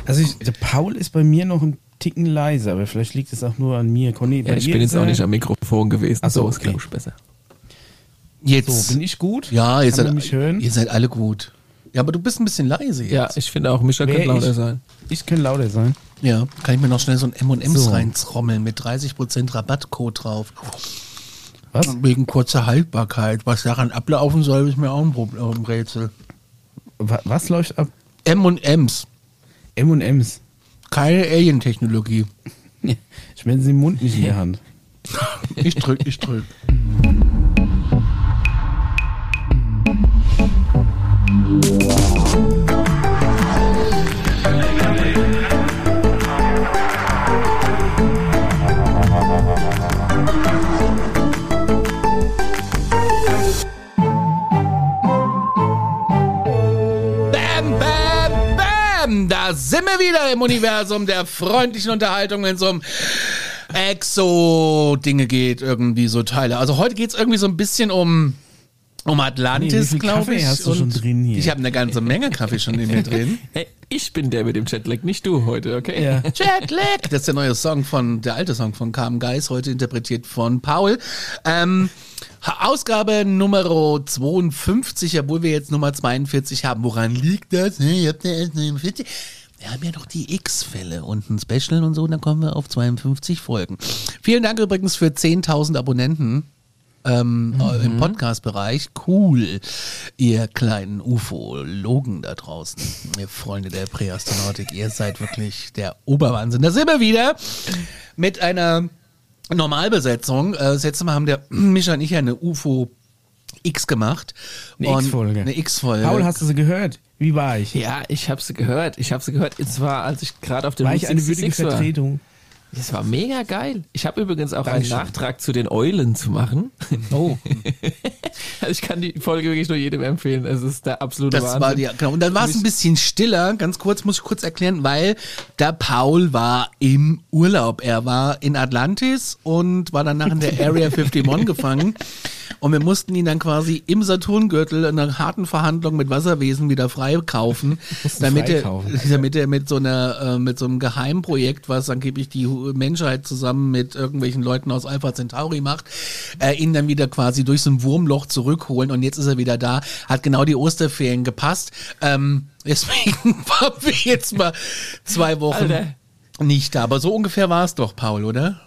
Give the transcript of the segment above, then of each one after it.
Also der Paul ist bei mir noch ein Ticken leiser, aber vielleicht liegt es auch nur an mir. Conny, Ja, ich bin jetzt auch nicht am Mikrofon gewesen. Ach so, ist, okay. glaube ich, besser. Jetzt. So, bin ich gut? Ja, ihr Kann man mich hören? seid alle gut. Ja, aber du bist ein bisschen leise jetzt. Ja, ich finde auch, Mischa könnte lauter sein. Ich könnte lauter sein. Ja, kann ich mir noch schnell so ein M&M's So. reintrommeln mit 30% Rabattcode drauf. Was? Wegen kurzer Haltbarkeit. Was daran ablaufen soll, ist mir auch ein Rätsel. Was läuft ab? M&M's. M&M's. Keine Alien-Technologie. Schmelzen Sie den Mund nicht in der Hand. Ich drück. Bam, bam, bam! Da sind wir wieder im Universum der freundlichen Unterhaltung, wenn es um Exo-Dinge geht, irgendwie so Teile. Also heute geht es irgendwie so ein bisschen um Atlantis, Wie viel glaube Kaffee ich. hast du schon drin hier? Ich habe eine ganze Menge Kaffee schon in mir drin. Hey, ich bin der mit dem Jetlag, nicht du heute, okay? Ja. Jetlag! Das ist der neue Song der alte Song von Carmen Geis, heute interpretiert von Paul. Ausgabe Nummer 52, obwohl wir jetzt Nummer 42 haben. Woran liegt das? Ihr habt ja erst 49. Wir haben ja noch die X-Fälle und ein Special und so, und dann kommen wir auf 52 Folgen. Vielen Dank übrigens für 10.000 Abonnenten im Podcast-Bereich. Cool, ihr kleinen Ufologen da draußen, ihr Freunde der Präastronautik, ihr seid wirklich der Oberwahnsinn. Da sind wir wieder mit einer Normalbesetzung. Das letzte Mal haben der Mischa und ich ja eine UFO X gemacht. Eine X-Folge. Eine X-Folge. Paul, hast du sie gehört? Wie war ich? Ja, ich habe sie gehört. Und zwar, als ich gerade auf dem War ich eine würdige 66 war. Vertretung? Das war mega geil. Ich habe übrigens auch Dankeschön. einen Nachtrag zu den Eulen zu machen. Oh. Also ich kann die Folge wirklich nur jedem empfehlen. Es ist der absolute Das Wahnsinn. war die, genau. Und dann war es ein bisschen stiller, ganz kurz, muss ich kurz erklären, weil der Paul war im Urlaub. Er war in Atlantis und war danach in der Area 51 gefangen. Und wir mussten ihn dann quasi im Saturngürtel in einer harten Verhandlung mit Wasserwesen wieder freikaufen, damit er mit so einem Geheimprojekt, was angeblich die Menschheit zusammen mit irgendwelchen Leuten aus Alpha Centauri macht, ihn dann wieder quasi durch so ein Wurmloch zurückholen. Und jetzt ist er wieder da, hat genau die Osterferien gepasst. Deswegen waren wir jetzt mal 2 Wochen nicht da. Aber so ungefähr war es doch, Paul, oder?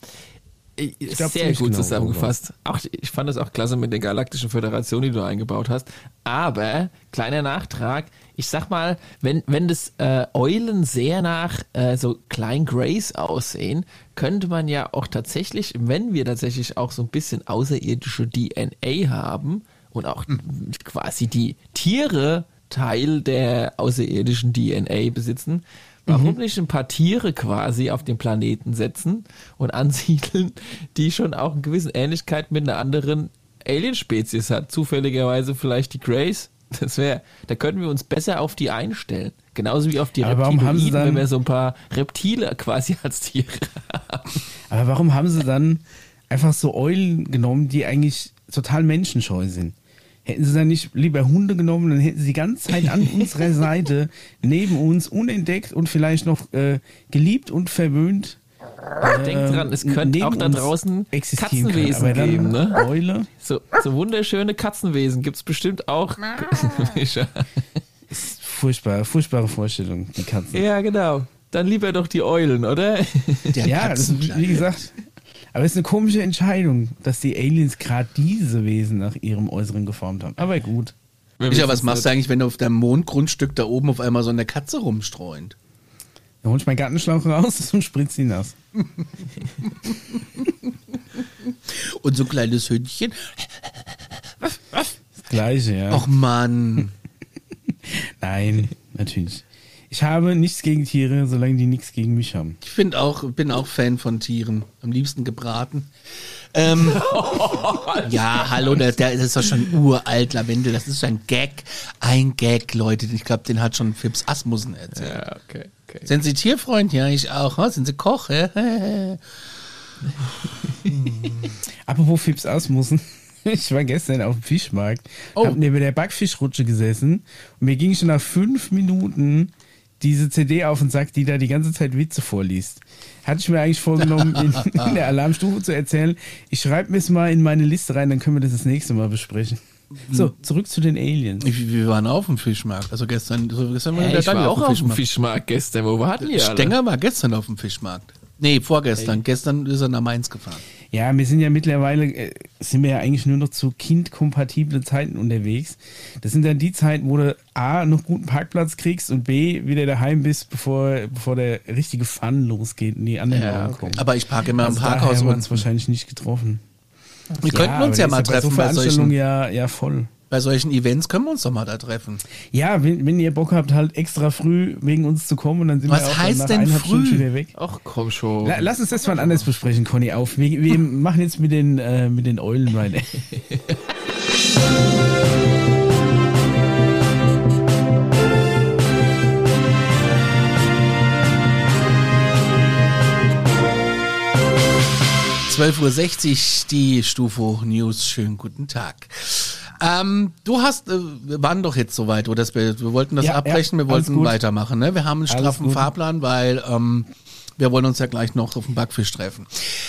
Sehr gut zusammengefasst. Auch, ich fand es auch klasse mit der Galaktischen Föderation, die du eingebaut hast. Aber, kleiner Nachtrag, ich sag mal, wenn das Eulen sehr nach so Klein Grays aussehen, könnte man ja auch tatsächlich, wenn wir tatsächlich auch so ein bisschen außerirdische DNA haben und auch quasi die Tiere Teil der außerirdischen DNA besitzen, warum nicht ein paar Tiere quasi auf den Planeten setzen und ansiedeln, die schon auch eine gewisse Ähnlichkeit mit einer anderen Alien-Spezies hat? Zufälligerweise vielleicht die Greys. Da könnten wir uns besser auf die einstellen. Genauso wie auf die Reptiloiden, wenn wir so ein paar Reptile quasi als Tiere haben. Aber warum haben sie dann einfach so Eulen genommen, die eigentlich total menschenscheu sind? Hätten sie dann nicht lieber Hunde genommen, dann hätten sie die ganze Zeit an unserer Seite, neben uns, unentdeckt und vielleicht noch geliebt und verwöhnt. Denkt dran, es könnte auch da draußen Katzenwesen geben, ne? Eule. So wunderschöne Katzenwesen gibt es bestimmt auch. Furchtbare Vorstellung, die Katzen. Ja, genau. Dann lieber doch die Eulen, oder? Ja, das ist, wie gesagt, aber es ist eine komische Entscheidung, dass die Aliens gerade diese Wesen nach ihrem Äußeren geformt haben. Aber gut. Micha, was machst du eigentlich, wenn auf deinem Mondgrundstück da oben auf einmal so eine Katze rumstreunt? Dann hol ich meinen Gartenschlauch raus und spritz ihn nass. Und so ein kleines Hündchen. Das Gleiche, ja. Och Mann. Nein, natürlich. Ich habe nichts gegen Tiere, solange die nichts gegen mich haben. Ich bin auch Fan von Tieren. Am liebsten gebraten. Ja, hallo, das ist doch schon uralt, Lavendel. Das ist ein Gag. Ein Gag, Leute. Ich glaube, den hat schon Fips Asmussen erzählt. Ja, okay. Sind Sie Tierfreund? Ja, ich auch. Sind Sie Koch? Apropos Fips Asmussen. Ich war gestern auf dem Fischmarkt, hab neben der Backfischrutsche gesessen und mir ging schon nach 5 Minuten diese CD auf und Sack, die da die ganze Zeit Witze vorliest. Hatte ich mir eigentlich vorgenommen, in der Alarmstufe zu erzählen. Ich schreibe mir es mal in meine Liste rein, dann können wir das nächste Mal besprechen. So, zurück zu den Aliens. Wir waren auf dem Fischmarkt. Also gestern war ich war auch auf dem Fischmarkt gestern. Wo warten wir alle? Stenger war gestern auf dem Fischmarkt. Nee, vorgestern. Hey. Gestern ist er nach Mainz gefahren. Ja, wir sind ja mittlerweile, sind wir ja eigentlich nur noch zu kindkompatiblen Zeiten unterwegs. Das sind dann die Zeiten, wo du A, noch guten Parkplatz kriegst und B, wieder daheim bist, bevor der richtige Fun losgeht und die anderen kommen. Aber ich parke immer im Parkhaus. Daher haben wir uns wahrscheinlich nicht getroffen. Wir könnten uns ja mal treffen bei Veranstaltungen ja voll. Bei solchen Events können wir uns doch mal da treffen. Ja, wenn ihr Bock habt, halt extra früh wegen uns zu kommen und dann sind wir auch heißt nach denn 1,5 früh? Stunden wieder weg. Ach komm schon. Lass uns das mal anders besprechen, Conny, auf. Wir machen jetzt mit den Eulen rein. (12:60 Uhr), die Stufo News. Schönen guten Tag. Wir waren doch jetzt soweit, oder? Wir wollten das abbrechen, wir wollten weitermachen. Ne? Wir haben einen straffen Fahrplan, weil wir wollen uns ja gleich noch auf dem Backfisch treffen.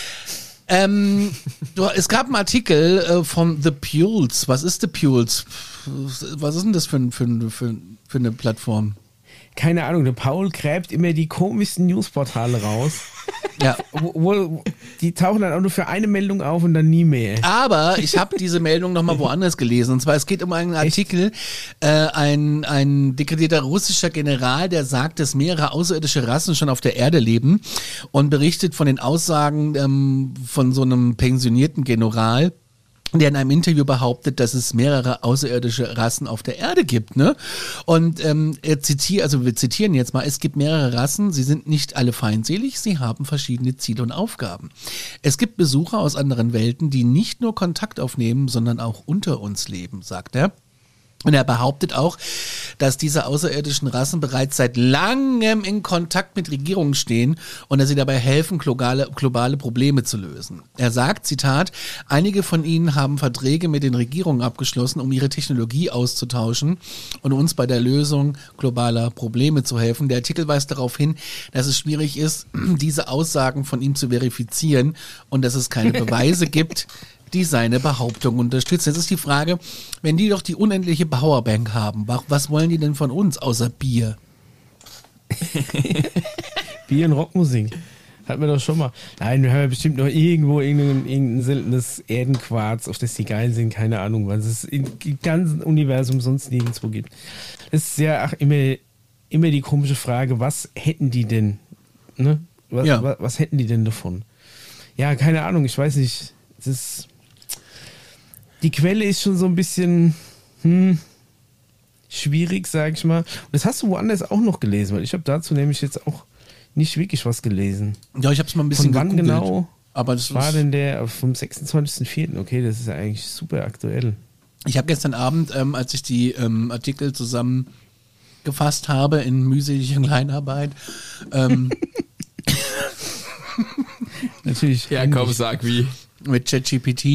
Es gab einen Artikel von The Pules. Was ist The Pules? Was ist denn das für eine Plattform? Keine Ahnung, der Paul gräbt immer die komischsten Newsportale raus. Ja. Die tauchen dann auch nur für eine Meldung auf und dann nie mehr. Aber ich habe diese Meldung nochmal woanders gelesen. Und zwar, es geht um einen Artikel, ein dekretierter russischer General, der sagt, dass mehrere außerirdische Rassen schon auf der Erde leben und berichtet von den Aussagen von so einem pensionierten General, der in einem Interview behauptet, dass es mehrere außerirdische Rassen auf der Erde gibt, ne? Und wir zitieren jetzt mal, es gibt mehrere Rassen, sie sind nicht alle feindselig, sie haben verschiedene Ziele und Aufgaben. Es gibt Besucher aus anderen Welten, die nicht nur Kontakt aufnehmen, sondern auch unter uns leben, sagt er. Und er behauptet auch, dass diese außerirdischen Rassen bereits seit langem in Kontakt mit Regierungen stehen und dass sie dabei helfen, globale Probleme zu lösen. Er sagt, Zitat, einige von ihnen haben Verträge mit den Regierungen abgeschlossen, um ihre Technologie auszutauschen und uns bei der Lösung globaler Probleme zu helfen. Der Artikel weist darauf hin, dass es schwierig ist, diese Aussagen von ihm zu verifizieren und dass es keine Beweise gibt, die seine Behauptung unterstützen. Jetzt ist die Frage, wenn die doch die unendliche Powerbank haben, was wollen die denn von uns außer Bier? Bier und Rockmusik. Hatten wir doch schon mal. Nein, wir haben ja bestimmt noch irgendein seltenes Erdenquarz, auf das die geil sind, keine Ahnung, was es im ganzen Universum sonst nirgendwo gibt. Das ist ja immer die komische Frage, was hätten die denn? Ne? Was hätten die denn davon? Ja, keine Ahnung, ich weiß nicht. Die Quelle ist schon so ein bisschen schwierig, sag ich mal. Und das hast du woanders auch noch gelesen, weil ich habe dazu nämlich jetzt auch nicht wirklich was gelesen. Ja, ich habe es mal ein bisschen gegoogelt. Von wann genau aber das war denn der? Vom 26.04. Okay, das ist ja eigentlich super aktuell. Ich habe gestern Abend, als ich die Artikel zusammengefasst habe in mühseliger Kleinarbeit, natürlich. Ja, komm, sag wie. Mit ChatGPT.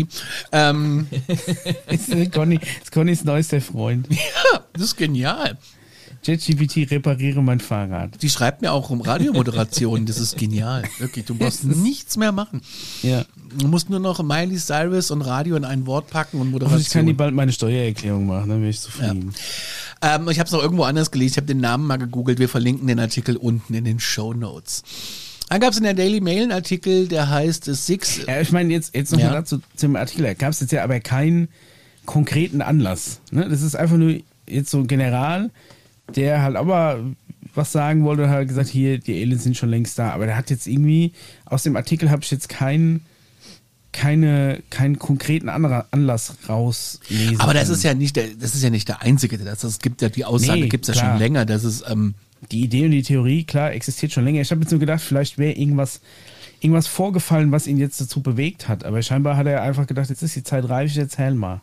Ist Connys neuester Freund. Ja, das ist genial. ChatGPT, repariere mein Fahrrad. Die schreibt mir auch um Radiomoderation. Das ist genial. Wirklich, du musst nichts mehr machen. Ja. Du musst nur noch Miley Cyrus und Radio in ein Wort packen und Moderation. Ich kann die bald meine Steuererklärung machen, dann bin ich zufrieden. Ja. Ich habe es noch irgendwo anders gelesen. Ich habe den Namen mal gegoogelt. Wir verlinken den Artikel unten in den Shownotes. Dann gab es in der Daily Mail einen Artikel, der heißt Six. Ja, ich meine, jetzt noch mal dazu zum Artikel. Da gab es jetzt ja aber keinen konkreten Anlass. Ne? Das ist einfach nur jetzt so ein General, der halt aber was sagen wollte und hat gesagt, hier, die Aliens sind schon längst da. Aber der hat jetzt irgendwie, aus dem Artikel habe ich jetzt keinen konkreten Anlass rauslesen. Aber das ist ja nicht der einzige. Das gibt ja die Aussage, gibt es ja schon länger. Das ist die Idee und die Theorie, klar, existiert schon länger. Ich habe jetzt nur gedacht, vielleicht wäre irgendwas vorgefallen, was ihn jetzt dazu bewegt hat. Aber scheinbar hat er einfach gedacht, jetzt ist die Zeit reif, ich erzähl mal.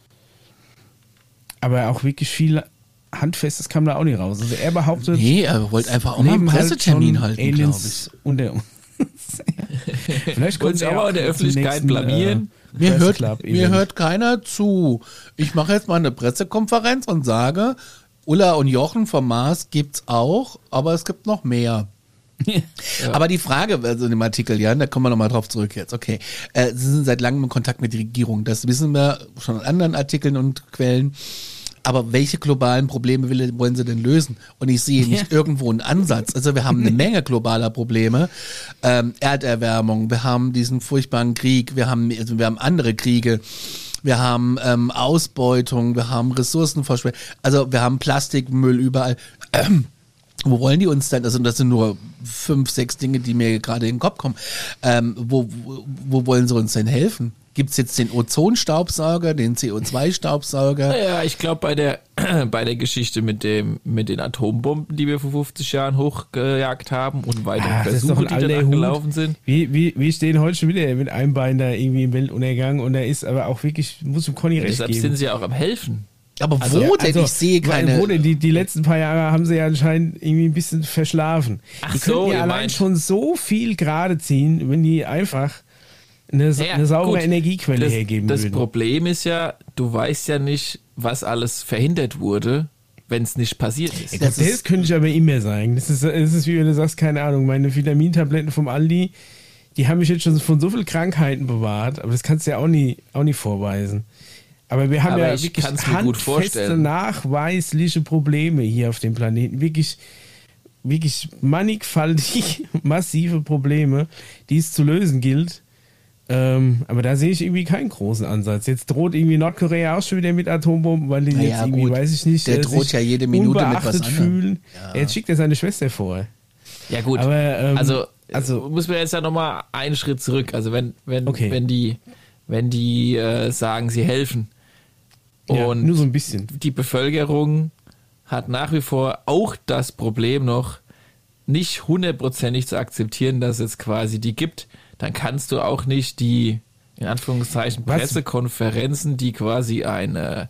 Aber auch wirklich viel Handfestes kam da auch nicht raus. Also er behauptet... Nee, er wollte einfach auch mal einen Pressetermin halten, glaube ich. Unter uns. Vielleicht konnte ich aber in der Öffentlichkeit blamieren. Mir hört keiner zu. Ich mache jetzt mal eine Pressekonferenz und sage... Ulla und Jochen vom Mars gibt's auch, aber es gibt noch mehr. Ja. Aber die Frage, also in dem Artikel, ja, da kommen wir nochmal drauf zurück jetzt, okay. Sie sind seit langem in Kontakt mit der Regierung, das wissen wir schon in anderen Artikeln und Quellen. Aber welche globalen Probleme wollen sie denn lösen? Und ich sehe nicht irgendwo einen Ansatz. Also wir haben eine Menge globaler Probleme. Erderwärmung, wir haben diesen furchtbaren Krieg, wir haben andere Kriege. Wir haben Ausbeutung, wir haben Ressourcenverschwendung, also wir haben Plastikmüll überall. Wo wollen die uns denn, also das sind nur 5, 6 Dinge, die mir gerade in den Kopf kommen, wo wollen sie uns denn helfen? Gibt es jetzt den Ozonstaubsauger, den CO2-Staubsauger? Naja, ich glaube bei der Geschichte mit den Atombomben, die wir vor 50 Jahren hochgejagt haben und weitere Versuche, die dann gelaufen sind. Wir stehen heute schon wieder mit einem Bein da irgendwie im Weltuntergang und er ist aber auch wirklich, muss dem Conny recht deshalb geben. Sind sie ja auch am Helfen. Aber wo denn? Ich sehe keine... Wo denn? Die letzten paar Jahre haben sie ja anscheinend irgendwie ein bisschen verschlafen. Die könnten ja allein schon so viel gerade ziehen, wenn die einfach eine saubere Energiequelle hergeben würden. Das Problem ist ja, du weißt ja nicht, was alles verhindert wurde, wenn es nicht passiert ist. Das könnte ich aber immer sagen. Das ist wie wenn du sagst, keine Ahnung, meine Vitamintabletten vom Aldi, die haben mich jetzt schon von so vielen Krankheiten bewahrt, aber das kannst du ja auch nie vorweisen. Aber wir haben ja wirklich handfeste, nachweisliche Probleme hier auf dem Planeten. Wirklich mannigfaltig, massive Probleme, die es zu lösen gilt. Aber da sehe ich irgendwie keinen großen Ansatz. Jetzt droht irgendwie Nordkorea auch schon wieder mit Atombomben, weil die jetzt irgendwie, weiß ich nicht, der droht ja jede Minute mit was fühlen. Ja. Jetzt schickt er seine Schwester vor. Ja gut, aber, also muss man jetzt ja nochmal einen Schritt zurück. Also wenn die sagen, sie helfen, und nur so ein bisschen. Die Bevölkerung hat nach wie vor auch das Problem noch, nicht 100%ig zu akzeptieren, dass es quasi die gibt, dann kannst du auch nicht die, in Anführungszeichen, Pressekonferenzen, die quasi eine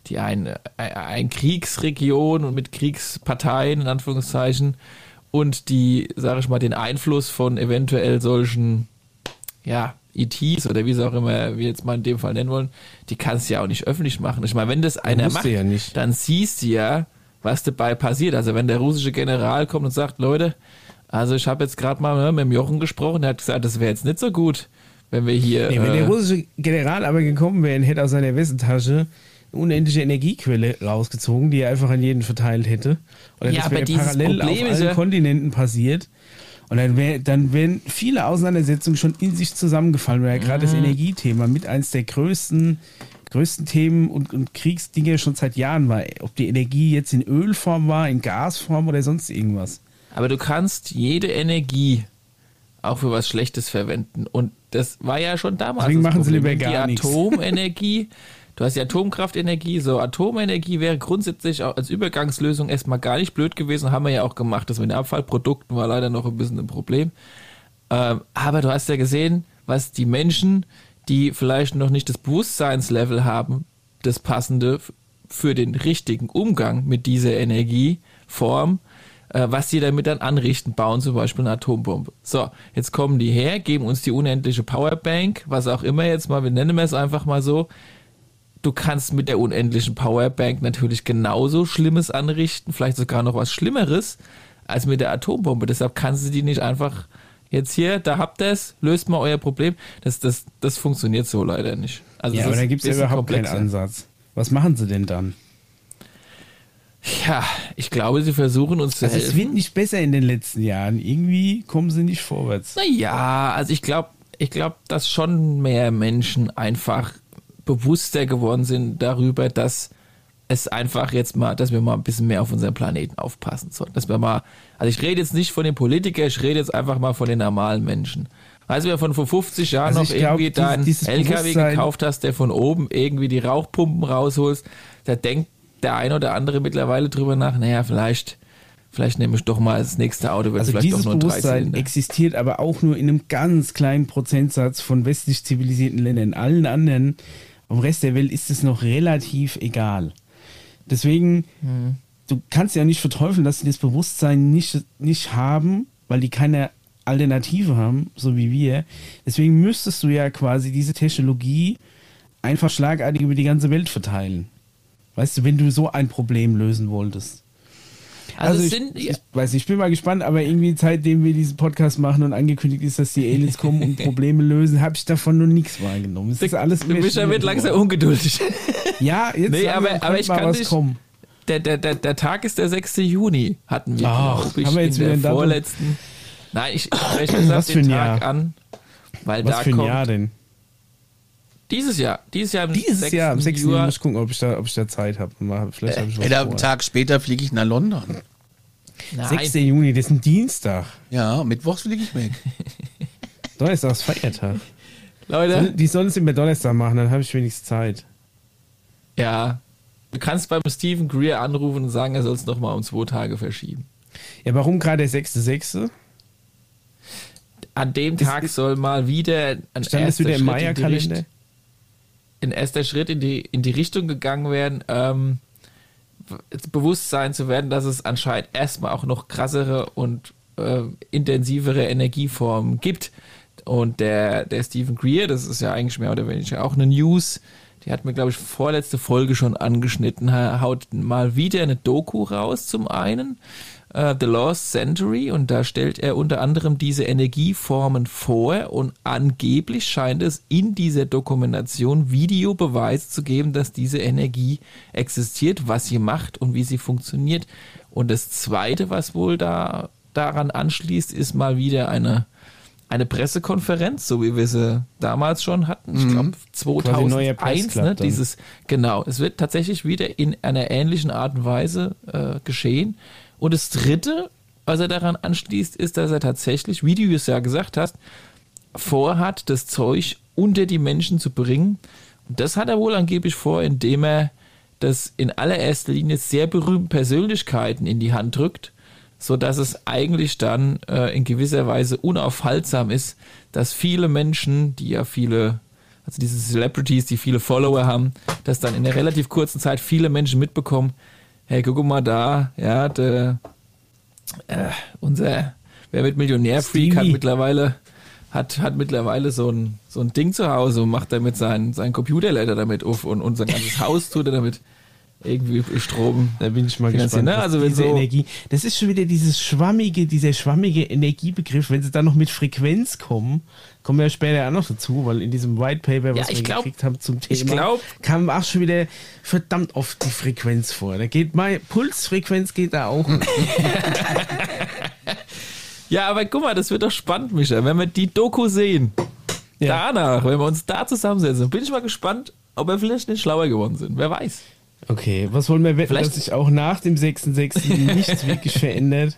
Kriegsregion und mit Kriegsparteien, in Anführungszeichen, und die, sage ich mal, den Einfluss von eventuell solchen, ETs oder wie sie auch immer wir jetzt mal in dem Fall nennen wollen, die kannst du ja auch nicht öffentlich machen. Ich meine, wenn das einer macht, dann siehst du ja, was dabei passiert. Also wenn der russische General kommt und sagt, Leute, also ich habe jetzt gerade mal mit dem Jochen gesprochen, der hat gesagt, das wäre jetzt nicht so gut, wenn wir hier... wenn der russische General aber gekommen wäre und hätte aus seiner Westentasche eine unendliche Energiequelle rausgezogen, die er einfach an jeden verteilt hätte. Oder das wäre parallel auf allen Kontinenten passiert. Und dann wären viele Auseinandersetzungen schon in sich zusammengefallen, weil ja gerade das Energiethema mit eins der größten Themen und Kriegsdinge schon seit Jahren war. Ob die Energie jetzt in Ölform war, in Gasform oder sonst irgendwas. Aber du kannst jede Energie auch für was Schlechtes verwenden. Und das war ja schon damals. Deswegen machen sie lieber gar nichts. Die Atomenergie, du hast die Atomkraftenergie, so Atomenergie wäre grundsätzlich auch als Übergangslösung erstmal gar nicht blöd gewesen, haben wir ja auch gemacht. Das mit den Abfallprodukten war leider noch ein bisschen ein Problem. Aber du hast ja gesehen, was die Menschen, die vielleicht noch nicht das Bewusstseinslevel haben, das Passende für den richtigen Umgang mit dieser Energieform, was die damit dann anrichten, bauen zum Beispiel eine Atombombe. So, jetzt kommen die her, geben uns die unendliche Powerbank, was auch immer jetzt mal, wir nennen es einfach mal so. Du kannst mit der unendlichen Powerbank natürlich genauso Schlimmes anrichten, vielleicht sogar noch was Schlimmeres als mit der Atombombe. Deshalb kannst du die nicht einfach jetzt hier, da habt ihr es, löst mal euer Problem. Das funktioniert so leider nicht. Also ja, aber da gibt es ja überhaupt keinen Ansatz. Was machen sie denn dann? Ja, ich glaube, sie versuchen uns zu helfen. Es wird nicht besser in den letzten Jahren. Irgendwie kommen sie nicht vorwärts. Naja, also ich glaube, dass schon mehr Menschen einfach bewusster geworden sind darüber, dass es einfach jetzt mal, dass wir mal ein bisschen mehr auf unseren Planeten aufpassen sollen. Dass wir mal, also ich rede jetzt nicht von den Politikern, ich rede jetzt einfach mal von den normalen Menschen. Weißt du, wer von vor 50 Jahren noch irgendwie da einen LKW gekauft hast, der von oben irgendwie die Rauchpumpen rausholst, da denkt der eine oder andere mittlerweile drüber nach, naja, vielleicht nehme ich doch mal das nächste Auto, wird vielleicht doch nur ein Bewusstsein 3-Zylinder. Existiert aber auch nur in einem ganz kleinen Prozentsatz von westlich zivilisierten Ländern. Allen anderen, am Rest der Welt ist es noch relativ egal. Deswegen, du kannst ja nicht verteufeln, dass sie das Bewusstsein nicht haben, weil die keine Alternative haben, so wie wir. Deswegen müsstest du ja quasi diese Technologie einfach schlagartig über die ganze Welt verteilen. Weißt du, wenn du so ein Problem lösen wolltest. Also ich weiß nicht, ich bin mal gespannt, aber irgendwie seitdem wir diesen Podcast machen und angekündigt ist, dass die Aliens kommen und Probleme lösen, habe ich davon noch nichts wahrgenommen. Es ist alles der Mischa wird langsam ungeduldig. Ja, jetzt aber ich kann nicht, kommen. Der Tag ist der 6. Juni, hatten wir. Haben wir jetzt in wieder der vorletzten... Nein, ich spreche was für ein den Jahr? Tag an, weil was da für ein kommt... Jahr denn? Dieses Jahr am 6. Juni muss ich gucken, ob ich da Zeit habe. Vielleicht habe ich was Einen Tag später fliege ich nach London. Nein. 6. Juni, das ist ein Dienstag. Ja, mittwochs fliege ich weg. Donnerstag ist Feiertag. Leute. Die sollen es immer Donnerstag machen, dann habe ich wenigstens Zeit. Ja, du kannst beim Stephen Greer anrufen und sagen, er soll es nochmal um 2 Tage verschieben. Ja, warum gerade der 6.6.? An dem Tag soll mal wieder Stand das wieder im Maya-Kalender? Ein erster Schritt in die Richtung gegangen werden, Bewusstsein zu werden, dass es anscheinend erstmal auch noch krassere und intensivere Energieformen gibt. Und der Stephen Greer, das ist ja eigentlich mehr oder weniger auch eine News, die hat mir, glaube ich, vorletzte Folge schon angeschnitten, haut mal wieder eine Doku raus zum einen, The Lost Century, und da stellt er unter anderem diese Energieformen vor und angeblich scheint es in dieser Dokumentation Videobeweis zu geben, dass diese Energie existiert, was sie macht und wie sie funktioniert. Und das Zweite, was wohl daran anschließt, ist mal wieder eine Pressekonferenz, so wie wir sie damals schon hatten. Ich glaube 2001, ne, es wird tatsächlich wieder in einer ähnlichen Art und Weise geschehen. Und das Dritte, was er daran anschließt, ist, dass er tatsächlich, wie du es ja gesagt hast, vorhat, das Zeug unter die Menschen zu bringen. Und das hat er wohl angeblich vor, indem er das in allererster Linie sehr berühmten Persönlichkeiten in die Hand drückt, sodass es eigentlich dann in gewisser Weise unaufhaltsam ist, dass viele Menschen, also diese Celebrities, die viele Follower haben, dass dann in einer relativ kurzen Zeit viele Menschen mitbekommen, hey, guck mal da, ja, wer mit Millionär-Freak hat mittlerweile so ein Ding zu Hause und macht damit sein Computerleiter damit auf und sein ganzes Haus tut er damit irgendwie Strom. Da bin ich mal gespannt. Ne? Also diese Energie, das ist schon wieder dieser schwammige Energiebegriff, wenn sie dann noch mit Frequenz kommen wir ja später auch noch dazu, weil in diesem White Paper, was wir gekriegt haben zum Thema, kam auch schon wieder verdammt oft die Frequenz vor. Da geht Pulsfrequenz geht da auch. Ja, aber guck mal, das wird doch spannend, Micha, wenn wir die Doku sehen. Ja. Danach, wenn wir uns da zusammensetzen, bin ich mal gespannt, ob wir vielleicht nicht schlauer geworden sind. Wer weiß. Okay, was wollen wir wetten, dass sich auch nach dem 6.6. nichts wirklich verändert?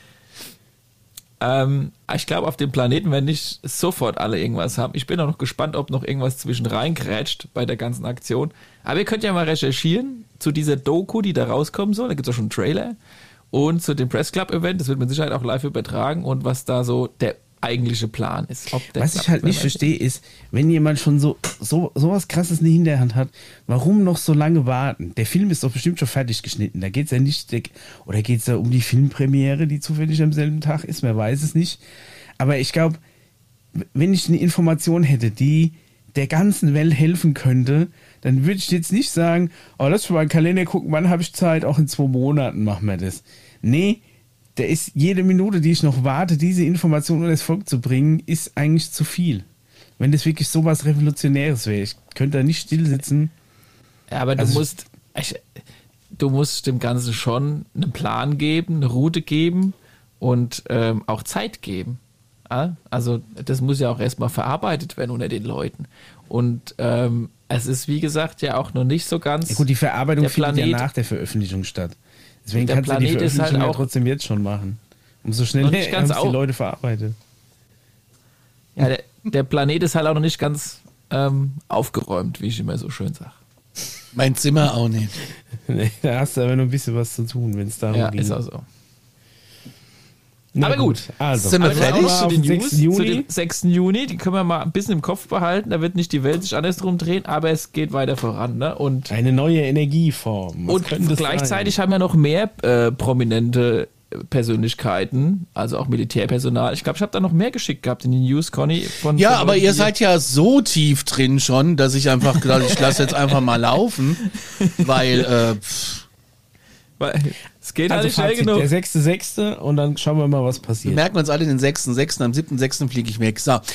Ich glaube, auf dem Planeten werden nicht sofort alle irgendwas haben. Ich bin auch noch gespannt, ob noch irgendwas zwischen reingrätscht bei der ganzen Aktion. Aber ihr könnt ja mal recherchieren zu dieser Doku, die da rauskommen soll. Da gibt es auch schon einen Trailer. Und zu dem Press Club Event, das wird mit Sicherheit auch live übertragen. Und was da so der eigentliche Plan ist. Was ich halt nicht verstehe, ist, wenn jemand schon so was Krasses in der Hinterhand hat, warum noch so lange warten? Der Film ist doch bestimmt schon fertig geschnitten. Da geht es ja nicht, oder geht es da um die Filmpremiere, die zufällig am selben Tag ist? Man weiß es nicht. Aber ich glaube, wenn ich eine Information hätte, die der ganzen Welt helfen könnte, dann würde ich jetzt nicht sagen, lass mich mal in den Kalender gucken, wann habe ich Zeit, auch in 2 Monaten machen wir das. Nee, der ist jede Minute, die ich noch warte, diese Information unter das Volk zu bringen, ist eigentlich zu viel. Wenn das wirklich so was Revolutionäres wäre. Ich könnte da nicht still sitzen. Ja, aber du musst dem Ganzen schon einen Plan geben, eine Route geben und auch Zeit geben. Ja? Also das muss ja auch erstmal verarbeitet werden unter den Leuten. Und es ist, wie gesagt, ja auch noch nicht so ganz... Ja gut, die Verarbeitung findet ja nach der Veröffentlichung statt. Deswegen kannst du die Veröffentlichung halt trotzdem jetzt schon machen. Umso schneller haben es die Leute verarbeitet. Ja, der Planet ist halt auch noch nicht ganz aufgeräumt, wie ich immer so schön sage. Mein Zimmer auch nicht. Nee, da hast du aber noch ein bisschen was zu tun, wenn es darum geht. Ja, ist auch so. Na aber gut, also sind wir fertig zu dem 6. Juni, die können wir mal ein bisschen im Kopf behalten, da wird nicht die Welt sich anders drum drehen, aber es geht weiter voran. Ne? Und eine neue Energieform. Und gleichzeitig haben ja noch mehr Prominente Persönlichkeiten, also auch Militärpersonal. Ich glaube, ich habe da noch mehr geschickt gehabt in die News, Conny. Ja, aber ihr seid ja so tief drin schon, dass ich einfach gedacht, ich lasse jetzt einfach mal laufen, weil es geht also halt nicht schnell genug. Der 6.6. und dann schauen wir mal, was wir passiert. merken uns alle den 6.6., am 7.6. fliege ich weg. So.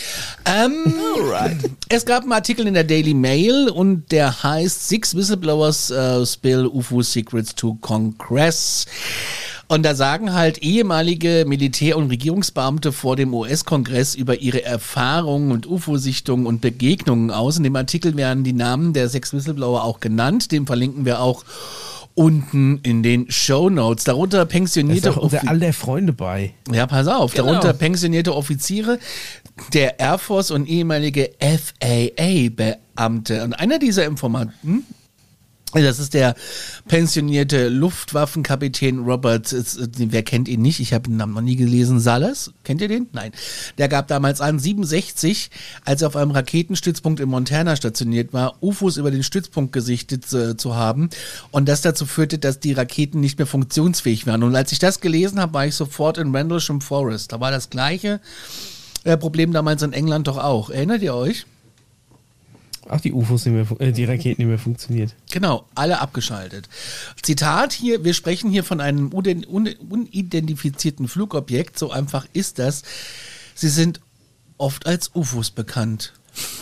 Es gab einen Artikel in der Daily Mail und der heißt 6 Whistleblowers spill UFO Secrets to Congress. Und da sagen halt ehemalige Militär- und Regierungsbeamte vor dem US-Kongress über ihre Erfahrungen und UFO-Sichtungen und Begegnungen aus. In dem Artikel werden die Namen der 6 Whistleblower auch genannt. Den verlinken wir auch unten in den Shownotes. Darunter pensionierte da ist auch unser aller Freunde bei. Ja, pass auf. Genau. Darunter pensionierte Offiziere der Air Force und ehemalige FAA-Beamte. Und einer dieser Informanten, das ist der pensionierte Luftwaffenkapitän Robert, wer kennt ihn nicht? Ich habe den Namen noch nie gelesen. Salas? Kennt ihr den? Nein. Der gab damals an, 67, als er auf einem Raketenstützpunkt in Montana stationiert war, UFOs über den Stützpunkt gesichtet zu haben. Und das dazu führte, dass die Raketen nicht mehr funktionsfähig waren. Und als ich das gelesen habe, war ich sofort in Rendlesham Forest. Da war das gleiche Problem damals in England doch auch. Erinnert ihr euch? Ach, die UFOs nicht mehr, die Raketen nicht mehr funktioniert. Genau, alle abgeschaltet. Zitat hier, wir sprechen hier von einem unidentifizierten Flugobjekt, so einfach ist das. Sie sind oft als UFOs bekannt.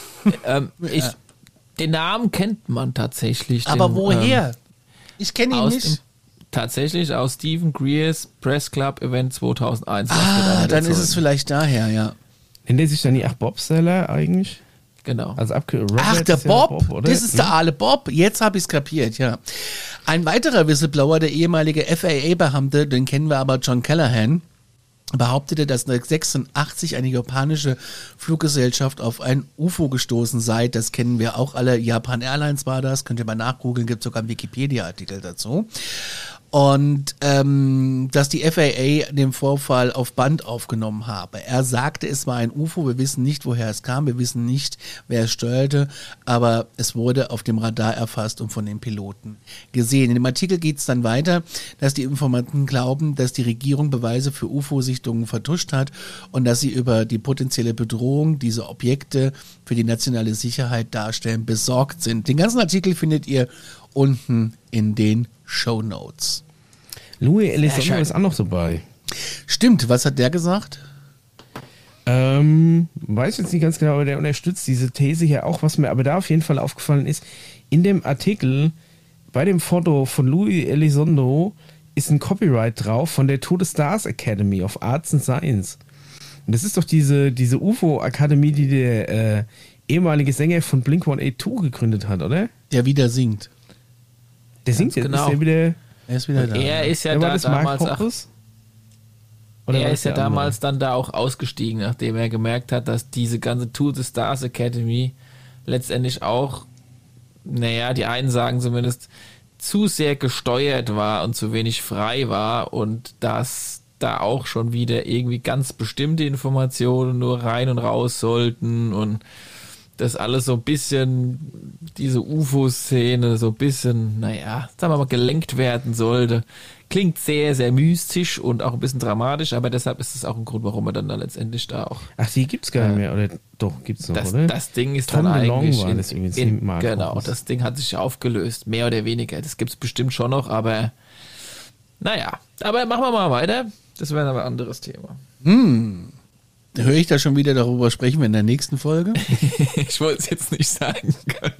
Den Namen kennt man tatsächlich. Aber woher? Ich kenne ihn nicht. Tatsächlich aus Stephen Greers Press Club Event 2001. Dann ist es vielleicht daher, ja. Nennt er sich dann nicht Bob-Seller eigentlich? Genau. Also Ach, der Bob, das ist der aale Bob. Jetzt habe ich es kapiert, ja. Ein weiterer Whistleblower, der ehemalige FAA-Beamte, den kennen wir aber, John Callahan, behauptete, dass 1986 eine japanische Fluggesellschaft auf ein UFO gestoßen sei. Das kennen wir auch alle. Japan Airlines war das. Könnt ihr mal nachgoogeln, gibt sogar einen Wikipedia-Artikel dazu. Und dass die FAA den Vorfall auf Band aufgenommen habe. Er sagte, es war ein UFO, wir wissen nicht, woher es kam, wir wissen nicht, wer es steuerte, aber es wurde auf dem Radar erfasst und von den Piloten gesehen. In dem Artikel geht es dann weiter, dass die Informanten glauben, dass die Regierung Beweise für UFO-Sichtungen vertuscht hat und dass sie über die potenzielle Bedrohung dieser Objekte für die nationale Sicherheit darstellen, besorgt sind. Den ganzen Artikel findet ihr unten in den Shownotes. Louis Elizondo ist auch noch dabei. Stimmt, was hat der gesagt? Weiß jetzt nicht ganz genau, aber der unterstützt diese These hier auch, was mir aber da auf jeden Fall aufgefallen ist. In dem Artikel, bei dem Foto von Louis Elizondo, ist ein Copyright drauf von der To the Stars Academy of Arts and Science. Und das ist doch diese UFO-Akademie, die der ehemalige Sänger von Blink-182 gegründet hat, oder? Der wieder singt. Der singt jetzt, genau. Ist der wieder... Er ist wieder da. Er ist ja war da damals Oder er ist ja damals dann da auch ausgestiegen, nachdem er gemerkt hat, dass diese ganze To the Stars Academy letztendlich auch, naja, die einen sagen zumindest, zu sehr gesteuert war und zu wenig frei war und dass da auch schon wieder irgendwie ganz bestimmte Informationen nur rein und raus sollten und das alles so ein bisschen, diese UFO-Szene so ein bisschen, naja, sagen wir mal, gelenkt werden sollte. Klingt sehr, sehr mystisch und auch ein bisschen dramatisch, aber deshalb ist es auch ein Grund, warum er dann da letztendlich da auch... Ach, die gibt's gar nicht mehr, oder doch, gibt's noch, oder? Das Ding ist Tom dann DeLonge eigentlich... war das irgendwie genau, das Ding hat sich aufgelöst, mehr oder weniger. Das gibt's bestimmt schon noch, aber naja. Aber machen wir mal weiter. Das wäre aber ein anderes Thema. Höre ich da schon wieder, darüber sprechen wir in der nächsten Folge? Ich wollte es jetzt nicht sagen.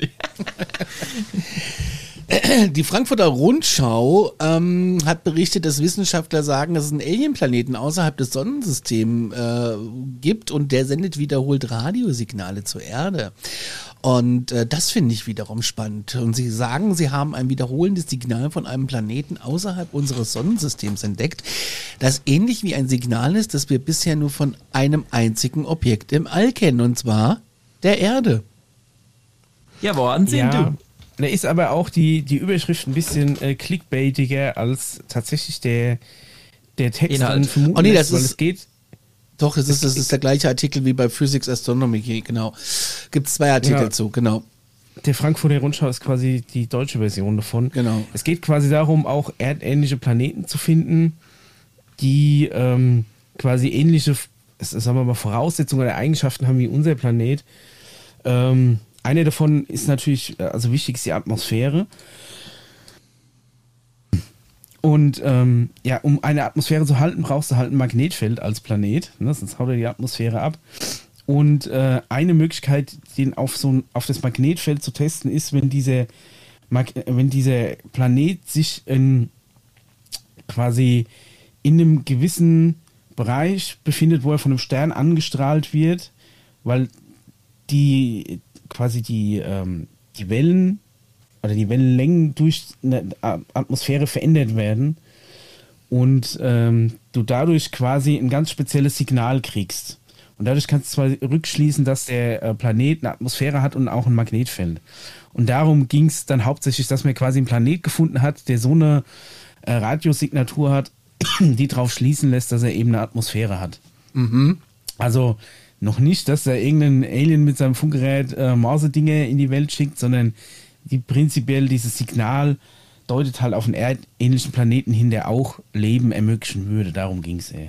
Die Frankfurter Rundschau hat berichtet, dass Wissenschaftler sagen, dass es einen Alien-Planeten außerhalb des Sonnensystems gibt und der sendet wiederholt Radiosignale zur Erde. Und das finde ich wiederum spannend. Und sie sagen, sie haben ein wiederholendes Signal von einem Planeten außerhalb unseres Sonnensystems entdeckt, das ähnlich wie ein Signal ist, das wir bisher nur von einem einzigen Objekt im All kennen, und zwar der Erde. Ja, Wahnsinn, du. Da ist aber auch die Überschrift ein bisschen clickbaitiger als tatsächlich der Text. Oh nee, das ist... Es geht doch, das ist der gleiche Artikel wie bei Physics Astronomy, genau. Gibt es 2 Artikel zu, genau. Der Frankfurter Rundschau ist quasi die deutsche Version davon. Genau. Es geht quasi darum, auch erdähnliche Planeten zu finden. die quasi ähnliche, sagen wir mal, Voraussetzungen oder Eigenschaften haben wie unser Planet. Eine davon ist natürlich, also wichtig ist die Atmosphäre. Und um eine Atmosphäre zu halten, brauchst du halt ein Magnetfeld als Planet, ne? Sonst haut er die Atmosphäre ab. Und eine Möglichkeit, den auf das Magnetfeld zu testen, ist, wenn dieser Planet sich quasi in einem gewissen Bereich befindet, wo er von einem Stern angestrahlt wird, weil die Wellen oder die Wellenlängen durch eine Atmosphäre verändert werden und du dadurch quasi ein ganz spezielles Signal kriegst. Und dadurch kannst du zwar rückschließen, dass der Planet eine Atmosphäre hat und auch ein Magnetfeld. Und darum ging es dann hauptsächlich, dass man quasi einen Planet gefunden hat, der so eine Radiosignatur hat, die darauf schließen lässt, dass er eben eine Atmosphäre hat. Mhm. Also noch nicht, dass da irgendein Alien mit seinem Funkgerät Morse-Dinge in die Welt schickt, sondern prinzipiell dieses Signal deutet halt auf einen erdähnlichen Planeten hin, der auch Leben ermöglichen würde. Darum ging es.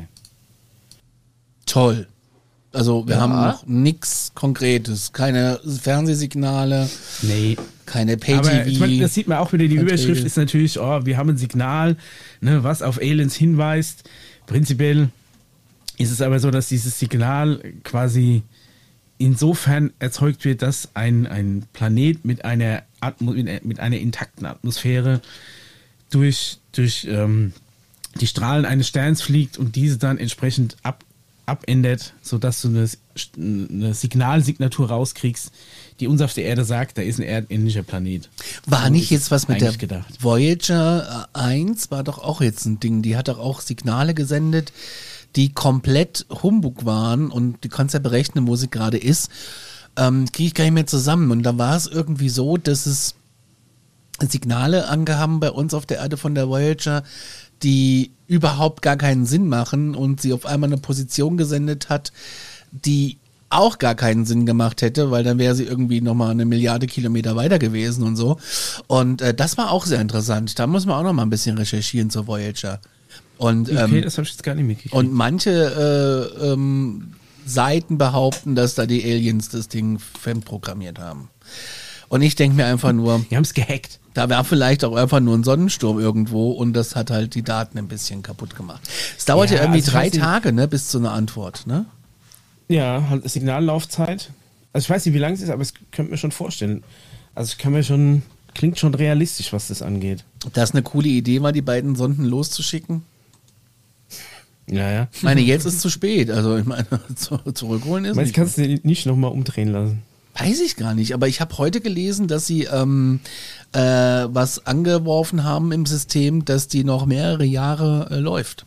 Toll. Also wir haben noch nichts Konkretes, keine Fernsehsignale, keine Pay-TV. Aber ich meine, das sieht man auch wieder, die Überschrift ist natürlich, wir haben ein Signal, ne, was auf Aliens hinweist. Prinzipiell ist es aber so, dass dieses Signal quasi insofern erzeugt wird, dass ein Planet mit einer intakten Atmosphäre durch die Strahlen eines Sterns fliegt und diese dann entsprechend abändert, sodass du eine Signalsignatur rauskriegst, die uns auf der Erde sagt, da ist ein erdähnlicher Planet. War so nicht jetzt was mit der gedacht. Voyager 1, war doch auch jetzt ein Ding, die hat doch auch Signale gesendet, die komplett Humbug waren und du kannst ja berechnen, wo sie gerade ist, kriege ich gar nicht mehr zusammen. Und da war es irgendwie so, dass es Signale angehaben bei uns auf der Erde von der Voyager, die überhaupt gar keinen Sinn machen und sie auf einmal eine Position gesendet hat, die auch gar keinen Sinn gemacht hätte, weil dann wäre sie irgendwie nochmal 1 Milliarde Kilometer weiter gewesen und so. Und das war auch sehr interessant. Da muss man auch nochmal ein bisschen recherchieren zur Voyager. Und, okay, das habe ich jetzt gar nicht mitgekriegt. Und manche Seiten behaupten, dass da die Aliens das Ding fremdprogrammiert haben. Und ich denke mir einfach nur, die haben es gehackt. Da war vielleicht auch einfach nur ein Sonnensturm irgendwo und das hat halt die Daten ein bisschen kaputt gemacht. Es dauert ja irgendwie 3 Tage, ne, bis zu einer Antwort, ne? Ja, halt Signallaufzeit. Also ich weiß nicht, wie lang es ist, aber ich könnte mir schon vorstellen. Also ich kann mir schon, klingt schon realistisch, was das angeht. Das eine coole Idee war, die beiden Sonden loszuschicken. Ja. Ich meine, jetzt ist es zu spät. Also ich meine, zurückholen ist nicht. Kannst du nicht nochmal umdrehen lassen? Weiß ich gar nicht, aber ich habe heute gelesen, dass sie was angeworfen haben im System, dass die noch mehrere Jahre läuft.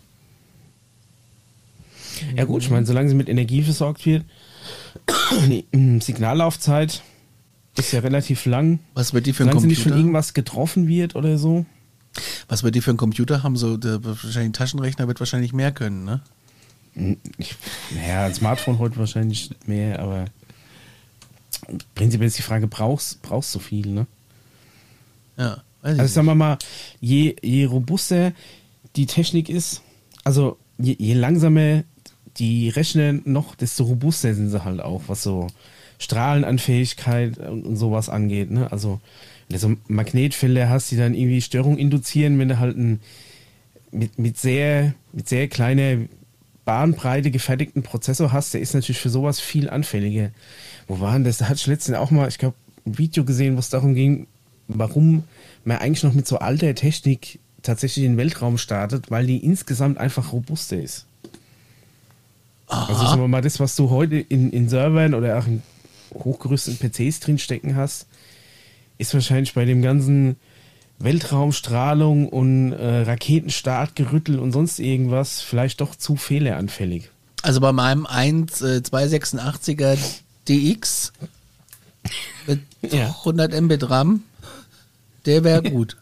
Ja gut, ich meine, solange sie mit Energie versorgt wird, die Signallaufzeit ist ja relativ lang. Was wird die für ein Computer? Solange sie nicht von irgendwas getroffen wird oder so. Was wird die für einen Computer haben? So, wahrscheinlich ein Taschenrechner wird wahrscheinlich mehr können, ne? Naja, ein Smartphone heute wahrscheinlich mehr, aber prinzipiell ist die Frage, brauchst du viel, ne? Ja, weiß ich also sagen wir mal, je robuster die Technik ist, also je langsamer die Rechner noch, desto robuster sind sie halt auch, was so Strahlenanfähigkeit und sowas angeht, ne? Also wenn du so Magnetfelder hast, die dann irgendwie Störung induzieren, wenn du halt mit sehr kleiner Bahnbreite gefertigten Prozessor hast, der ist natürlich für sowas viel anfälliger. Wo war denn das? Da hatte ich letztens auch mal, ich glaube, ein Video gesehen, wo es darum ging, warum man eigentlich noch mit so alter Technik tatsächlich in den Weltraum startet, weil die insgesamt einfach robuster ist. Aha. Also sagen wir mal, das, was du heute in Servern oder auch in hochgerüsteten PCs drinstecken hast, ist wahrscheinlich bei dem ganzen Weltraumstrahlung und Raketenstartgerüttel und sonst irgendwas vielleicht doch zu fehleranfällig. Also bei meinem 286er DX mit 100 Mbit RAM, der wäre gut.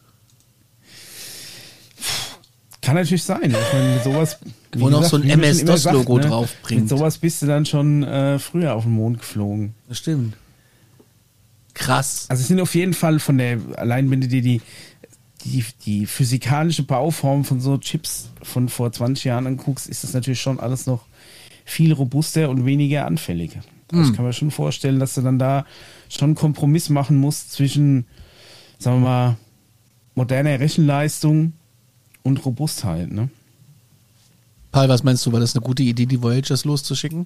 Kann natürlich sein. Ich meine, sowas, wo noch so ein MS-DOS-Logo drauf bringt. Mit sowas bist du dann schon früher auf den Mond geflogen. Das stimmt. Krass. Also es sind auf jeden Fall allein wenn du dir die physikalische Bauform von so Chips von vor 20 Jahren anguckst, ist das natürlich schon alles noch viel robuster und weniger anfällig. Also ich kann mir schon vorstellen, dass du dann da schon einen Kompromiss machen musst zwischen, sagen wir mal, moderner Rechenleistung und Robustheit, ne? Paul, was meinst du, war das eine gute Idee, die Voyagers loszuschicken?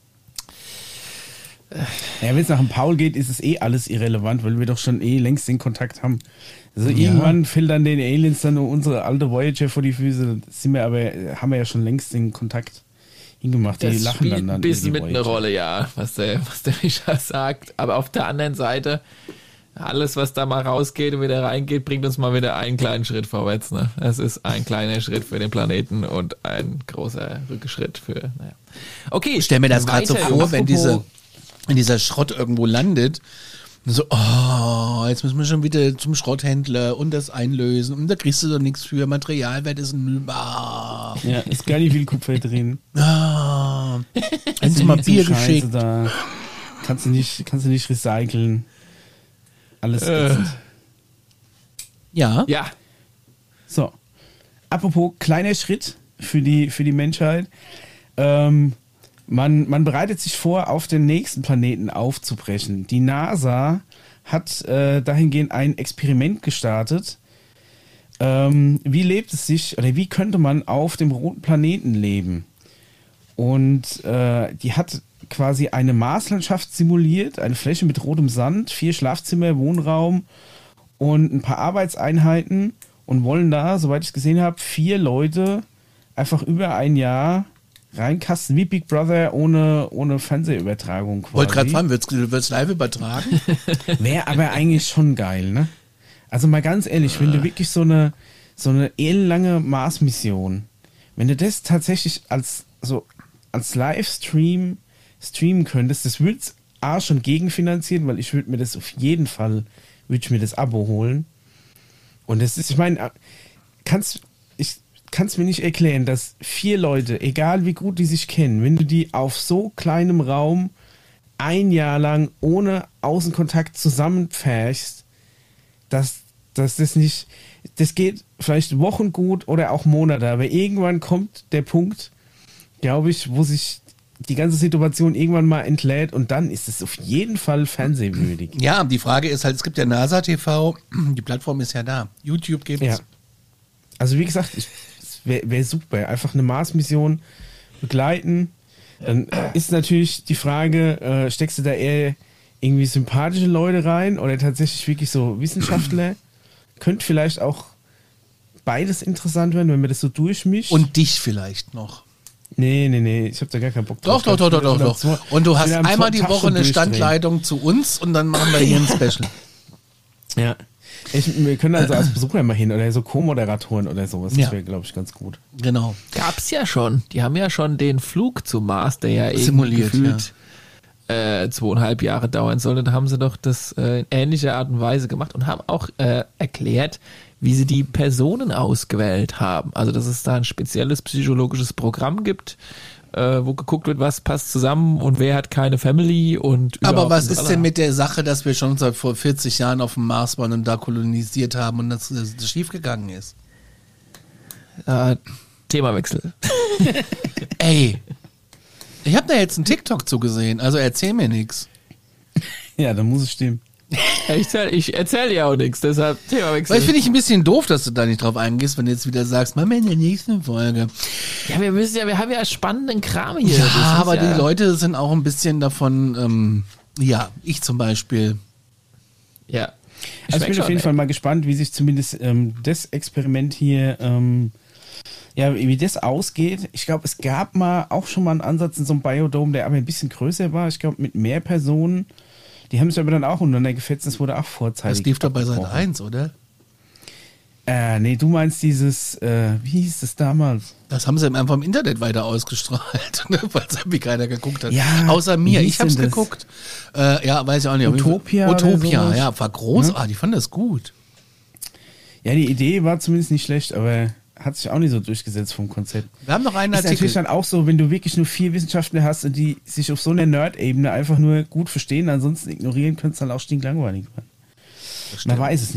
Ja, wenn es nach dem Paul geht, ist es alles irrelevant, weil wir doch schon längst den Kontakt haben. Also irgendwann fällt dann den Aliens dann nur unsere alte Voyager vor die Füße, haben wir ja schon längst den Kontakt hingemacht. Die das lachen spielt dann ein bisschen mit einer Rolle, ja, was der Richard sagt. Aber auf der anderen Seite, alles, was da mal rausgeht und wieder reingeht, bringt uns mal wieder einen kleinen Schritt vorwärts. Ne? Es ist ein kleiner Schritt für den Planeten und ein großer Rückschritt für, naja. Okay. Ich stell mir das gerade so vor, wenn dieser Schrott irgendwo landet, so, jetzt müssen wir schon wieder zum Schrotthändler und das einlösen und da kriegst du doch nichts für, Materialwert ist ein Ja, ist gar nicht viel Kupfer drin. Hast du mal Bier geschickt? Da. Kannst du nicht recyceln. Alles Ja. Ja. So. Apropos kleiner Schritt für die Menschheit. Man bereitet sich vor, auf den nächsten Planeten aufzubrechen. Die NASA hat dahingehend ein Experiment gestartet. Wie lebt es sich, oder wie könnte man auf dem roten Planeten leben? Und die hat quasi eine Marslandschaft simuliert, eine Fläche mit rotem Sand, 4 Schlafzimmer, Wohnraum und ein paar Arbeitseinheiten und wollen da, soweit ich es gesehen habe, 4 Leute einfach über ein Jahr reinkasten, wie Big Brother ohne Fernsehübertragung quasi. Wollte gerade fragen, wird's live übertragen? Wäre aber eigentlich schon geil, ne? Also mal ganz ehrlich, wenn du wirklich so eine ellenlange Mars-Mission, wenn du das tatsächlich als Livestream streamen könntest, das würde es schon gegenfinanzieren, weil ich würde mir das auf jeden Fall, das Abo holen. Und das ist, ich meine, kannst mir nicht erklären, dass 4 Leute, egal wie gut die sich kennen, wenn du die auf so kleinem Raum ein Jahr lang ohne Außenkontakt zusammenpferchst, dass das nicht, das geht vielleicht Wochen gut oder auch Monate, aber irgendwann kommt der Punkt, glaube ich, wo sich die ganze Situation irgendwann mal entlädt und dann ist es auf jeden Fall fernsehwürdig. Ja, die Frage ist halt, es gibt ja NASA TV, die Plattform ist ja da. YouTube gibt's. Ja. Also wie gesagt, wäre super. Einfach eine Mars-Mission begleiten. Dann ist natürlich die Frage, steckst du da eher irgendwie sympathische Leute rein oder tatsächlich wirklich so Wissenschaftler? Könnte vielleicht auch beides interessant werden, wenn man das so durchmischt. Und dich vielleicht noch. Nee, ich habe da gar keinen Bock drauf. Doch. Und du hast einmal die Woche eine Standleitung zu uns und dann machen wir hier ein Special. Ja. Wir können also als Besucher mal hin oder so Co-Moderatoren oder sowas. Das wäre, glaube ich, ganz gut. Genau. Gab's ja schon. Die haben ja schon den Flug zum Mars, der ja simuliert, gefühlt 2,5 Jahre dauern soll. Da haben sie doch das in ähnlicher Art und Weise gemacht und haben auch erklärt, wie sie die Personen ausgewählt haben. Also, dass es da ein spezielles psychologisches Programm gibt, wo geguckt wird, was passt zusammen und wer hat keine Family und aber was ist denn mit der Sache, dass wir schon seit vor 40 Jahren auf dem Mars waren und da kolonisiert haben und das schiefgegangen ist? Themawechsel. Ey, ich habe da jetzt einen TikTok zugesehen, also erzähl mir nichts. Ja, dann muss es stimmen. Ich erzähle dir auch nichts, deshalb Themawechsel. Weil ich finde ich ein bisschen doof, dass du da nicht drauf eingehst, wenn du jetzt wieder sagst, machen wir in der nächsten Folge. Ja, wir haben ja spannenden Kram hier. Ja, aber die Leute sind auch ein bisschen davon, ich zum Beispiel. Ja. Also ich bin auf jeden Fall mal gespannt, wie sich zumindest das Experiment hier, wie das ausgeht. Ich glaube, es gab auch schon mal einen Ansatz in so einem Biodome, der aber ein bisschen größer war. Ich glaube, mit mehr Personen. Die haben sich aber dann auch untereinander gefetzt, das wurde auch vorzeitig. Das lief doch bei Sat 1, oder? Nee, du meinst dieses, wie hieß das damals? Das haben sie einfach im Internet weiter ausgestrahlt, weil es irgendwie keiner geguckt hat. Ja, außer mir, ich hab's geguckt. Weiß ich auch nicht. Utopia, ja, war großartig, ich fand das gut. Ja, die Idee war zumindest nicht schlecht, aber hat sich auch nicht so durchgesetzt vom Konzept. Wir haben noch einen Artikel. Ist natürlich dann auch so, wenn du wirklich nur 4 Wissenschaftler hast und die sich auf so einer Nerd-Ebene einfach nur gut verstehen, ansonsten ignorieren, könnte es dann auch stinklangweilig werden. Man weiß es nicht.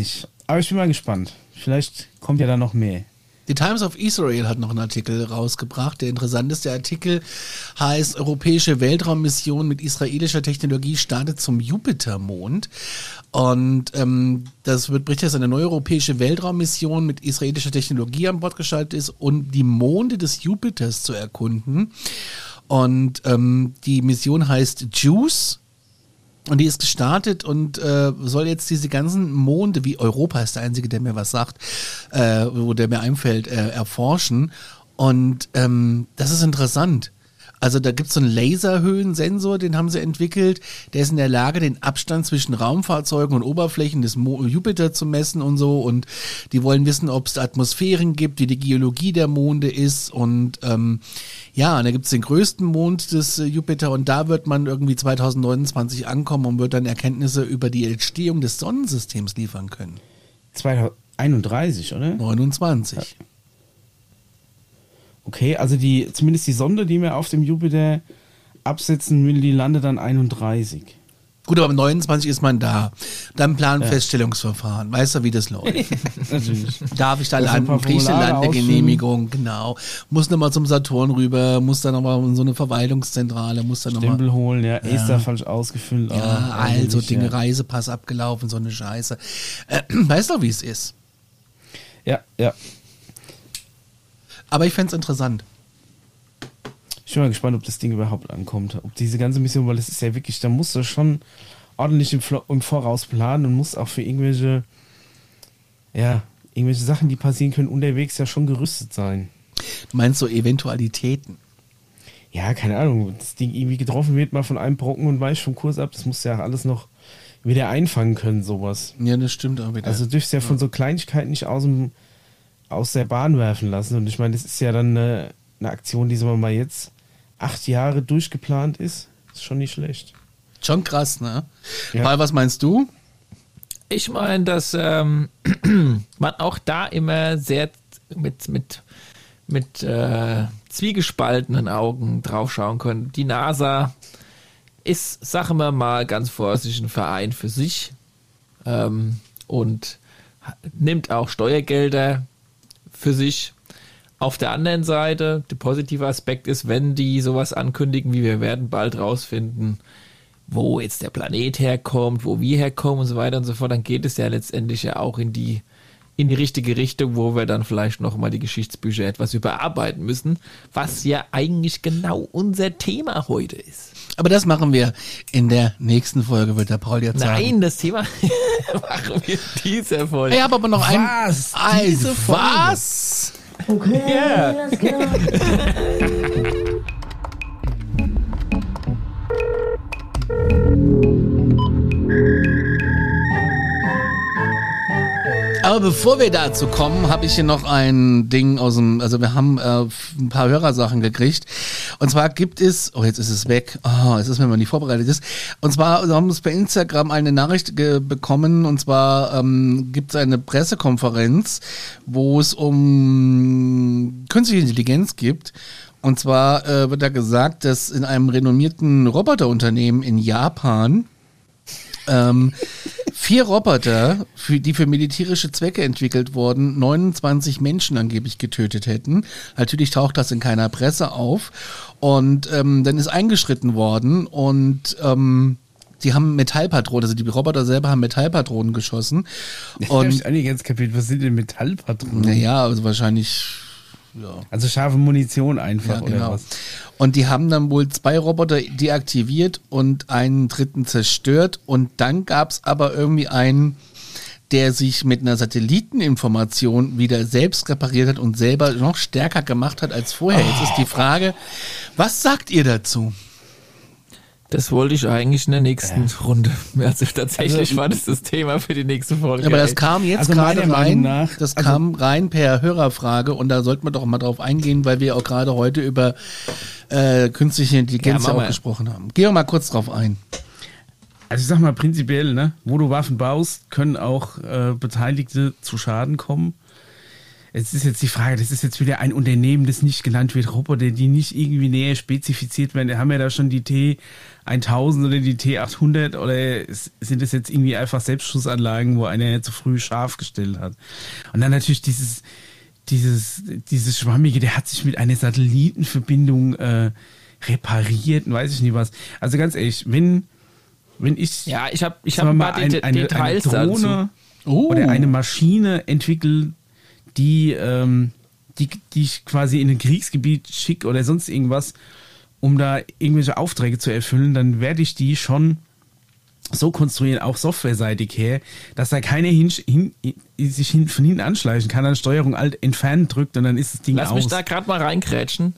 Aber ich bin mal gespannt. Vielleicht kommt ja da noch mehr. Die Times of Israel hat noch einen Artikel rausgebracht. Der interessanteste Artikel heißt: Europäische Weltraummission mit israelischer Technologie startet zum Jupitermond. Und das berichtet, dass eine neue europäische Weltraummission mit israelischer Technologie an Bord geschaltet ist, um die Monde des Jupiters zu erkunden. Und die Mission heißt JUICE. Und die ist gestartet und soll jetzt diese ganzen Monde, wie Europa ist der einzige, der mir was sagt, wo der mir einfällt, erforschen. Und das ist interessant. Also da gibt es so einen Laserhöhensensor, den haben sie entwickelt. Der ist in der Lage, den Abstand zwischen Raumfahrzeugen und Oberflächen des Jupiter zu messen und so. Und die wollen wissen, ob es Atmosphären gibt, wie die Geologie der Monde ist. Und ja, da gibt es den größten Mond des Jupiter und da wird man irgendwie 2029 ankommen und wird dann Erkenntnisse über die Entstehung des Sonnensystems liefern können. 2031, oder? 29. Ja. Okay, also zumindest die Sonde, die wir auf dem Jupiter absetzen will, die landet dann 31. Gut, aber am 29 ist man da. Dann Planfeststellungsverfahren. Weißt du, wie das läuft? Natürlich. Darf ich da landen? Kriege ich eine Landegenehmigung? Genau. Muss nochmal zum Saturn rüber, muss dann nochmal in so eine Verwaltungszentrale, muss dann nochmal Stempel holen, ja. Ist da falsch ausgefüllt. Ja, also Dinge, ja. Reisepass abgelaufen, so eine Scheiße. Weißt du, wie es ist? Ja, ja. Aber ich fände es interessant. Ich bin mal gespannt, ob das Ding überhaupt ankommt. Ob diese ganze Mission, weil es ist ja wirklich, da musst du schon ordentlich im Voraus planen und musst auch für irgendwelche Sachen, die passieren können, unterwegs ja schon gerüstet sein. Du meinst so Eventualitäten? Ja, keine Ahnung. Das Ding irgendwie getroffen wird mal von einem Brocken und weicht vom Kurs ab, das musst du ja alles noch wieder einfangen können, sowas. Ja, das stimmt auch wieder. Also du dürfst ja von so Kleinigkeiten nicht aus der Bahn werfen lassen. Und ich meine, das ist ja dann eine Aktion, die, sagen wir mal, jetzt 8 Jahre durchgeplant ist. Ist schon nicht schlecht. Schon krass, ne? Ja. Paul, was meinst du? Ich meine, dass man auch da immer sehr mit zwiegespaltenen Augen draufschauen kann. Die NASA ist, sagen wir mal ganz vorsichtig, ein Verein für sich und nimmt auch Steuergelder für sich. Auf der anderen Seite, der positive Aspekt ist, wenn die sowas ankündigen, wie wir werden bald rausfinden, wo jetzt der Planet herkommt, wo wir herkommen und so weiter und so fort, dann geht es ja letztendlich ja auch in die richtige Richtung, wo wir dann vielleicht nochmal die Geschichtsbücher etwas überarbeiten müssen, was ja eigentlich genau unser Thema heute ist. Aber das machen wir in der nächsten Folge, wird der Paul jetzt sagen. Nein, das Thema machen wir in dieser Folge. Ich habe aber noch was? Diese Folge? Was? Okay, Yeah. let's go. Aber bevor wir dazu kommen, habe ich hier noch ein Ding also wir haben ein paar Hörersachen gekriegt. Und zwar gibt es, jetzt ist es weg, jetzt ist, wenn man nicht vorbereitet ist. Und zwar haben wir bei Instagram eine Nachricht bekommen, und zwar gibt es eine Pressekonferenz, wo es um künstliche Intelligenz geht. Und zwar wird da gesagt, dass in einem renommierten Roboterunternehmen in Japan 4 Roboter, die für militärische Zwecke entwickelt wurden, 29 Menschen angeblich getötet hätten. Natürlich taucht das in keiner Presse auf. Und dann ist eingeschritten worden und die haben Metallpatronen, also die Roboter selber haben Metallpatronen geschossen. Und habe ich eigentlich ganz kapiert, was sind denn Metallpatronen? Naja, also wahrscheinlich... Ja. Also scharfe Munition einfach, ja, genau. Oder was? Und die haben dann wohl 2 Roboter deaktiviert und einen dritten zerstört. Und dann gab es aber irgendwie einen, der sich mit einer Satelliteninformation wieder selbst repariert hat und selber noch stärker gemacht hat als vorher. Jetzt ist die Frage, was sagt ihr dazu? Das wollte ich eigentlich in der nächsten Runde. Also tatsächlich war das Thema für die nächste Folge. Aber das kam jetzt also gerade rein. Kam rein per Hörerfrage und da sollten wir doch mal drauf eingehen, weil wir auch gerade heute über künstliche Intelligenz auch gesprochen haben. Gehen wir mal kurz drauf ein. Also ich sag mal prinzipiell, ne, wo du Waffen baust, können auch Beteiligte zu Schaden kommen. Es ist jetzt die Frage, das ist jetzt wieder ein Unternehmen, das nicht genannt wird, Roboter, die nicht irgendwie näher spezifiziert werden. Da haben wir da schon die T1000 oder die T800 oder sind das jetzt irgendwie einfach Selbstschussanlagen, wo einer zu früh scharf gestellt hat? Und dann natürlich dieses Schwammige, der hat sich mit einer Satellitenverbindung repariert und weiß ich nicht was. Also ganz ehrlich, wenn ich... Ja, ich hab mal eine Drohne oder eine Maschine entwickle, die ich quasi in ein Kriegsgebiet schicke oder sonst irgendwas, um da irgendwelche Aufträge zu erfüllen, dann werde ich die schon so konstruieren, auch softwareseitig her, dass da keiner sich von hinten anschleichen kann, dann Steuerung Alt entfernen drückt und dann ist das Ding Lass mich da gerade mal reingrätschen,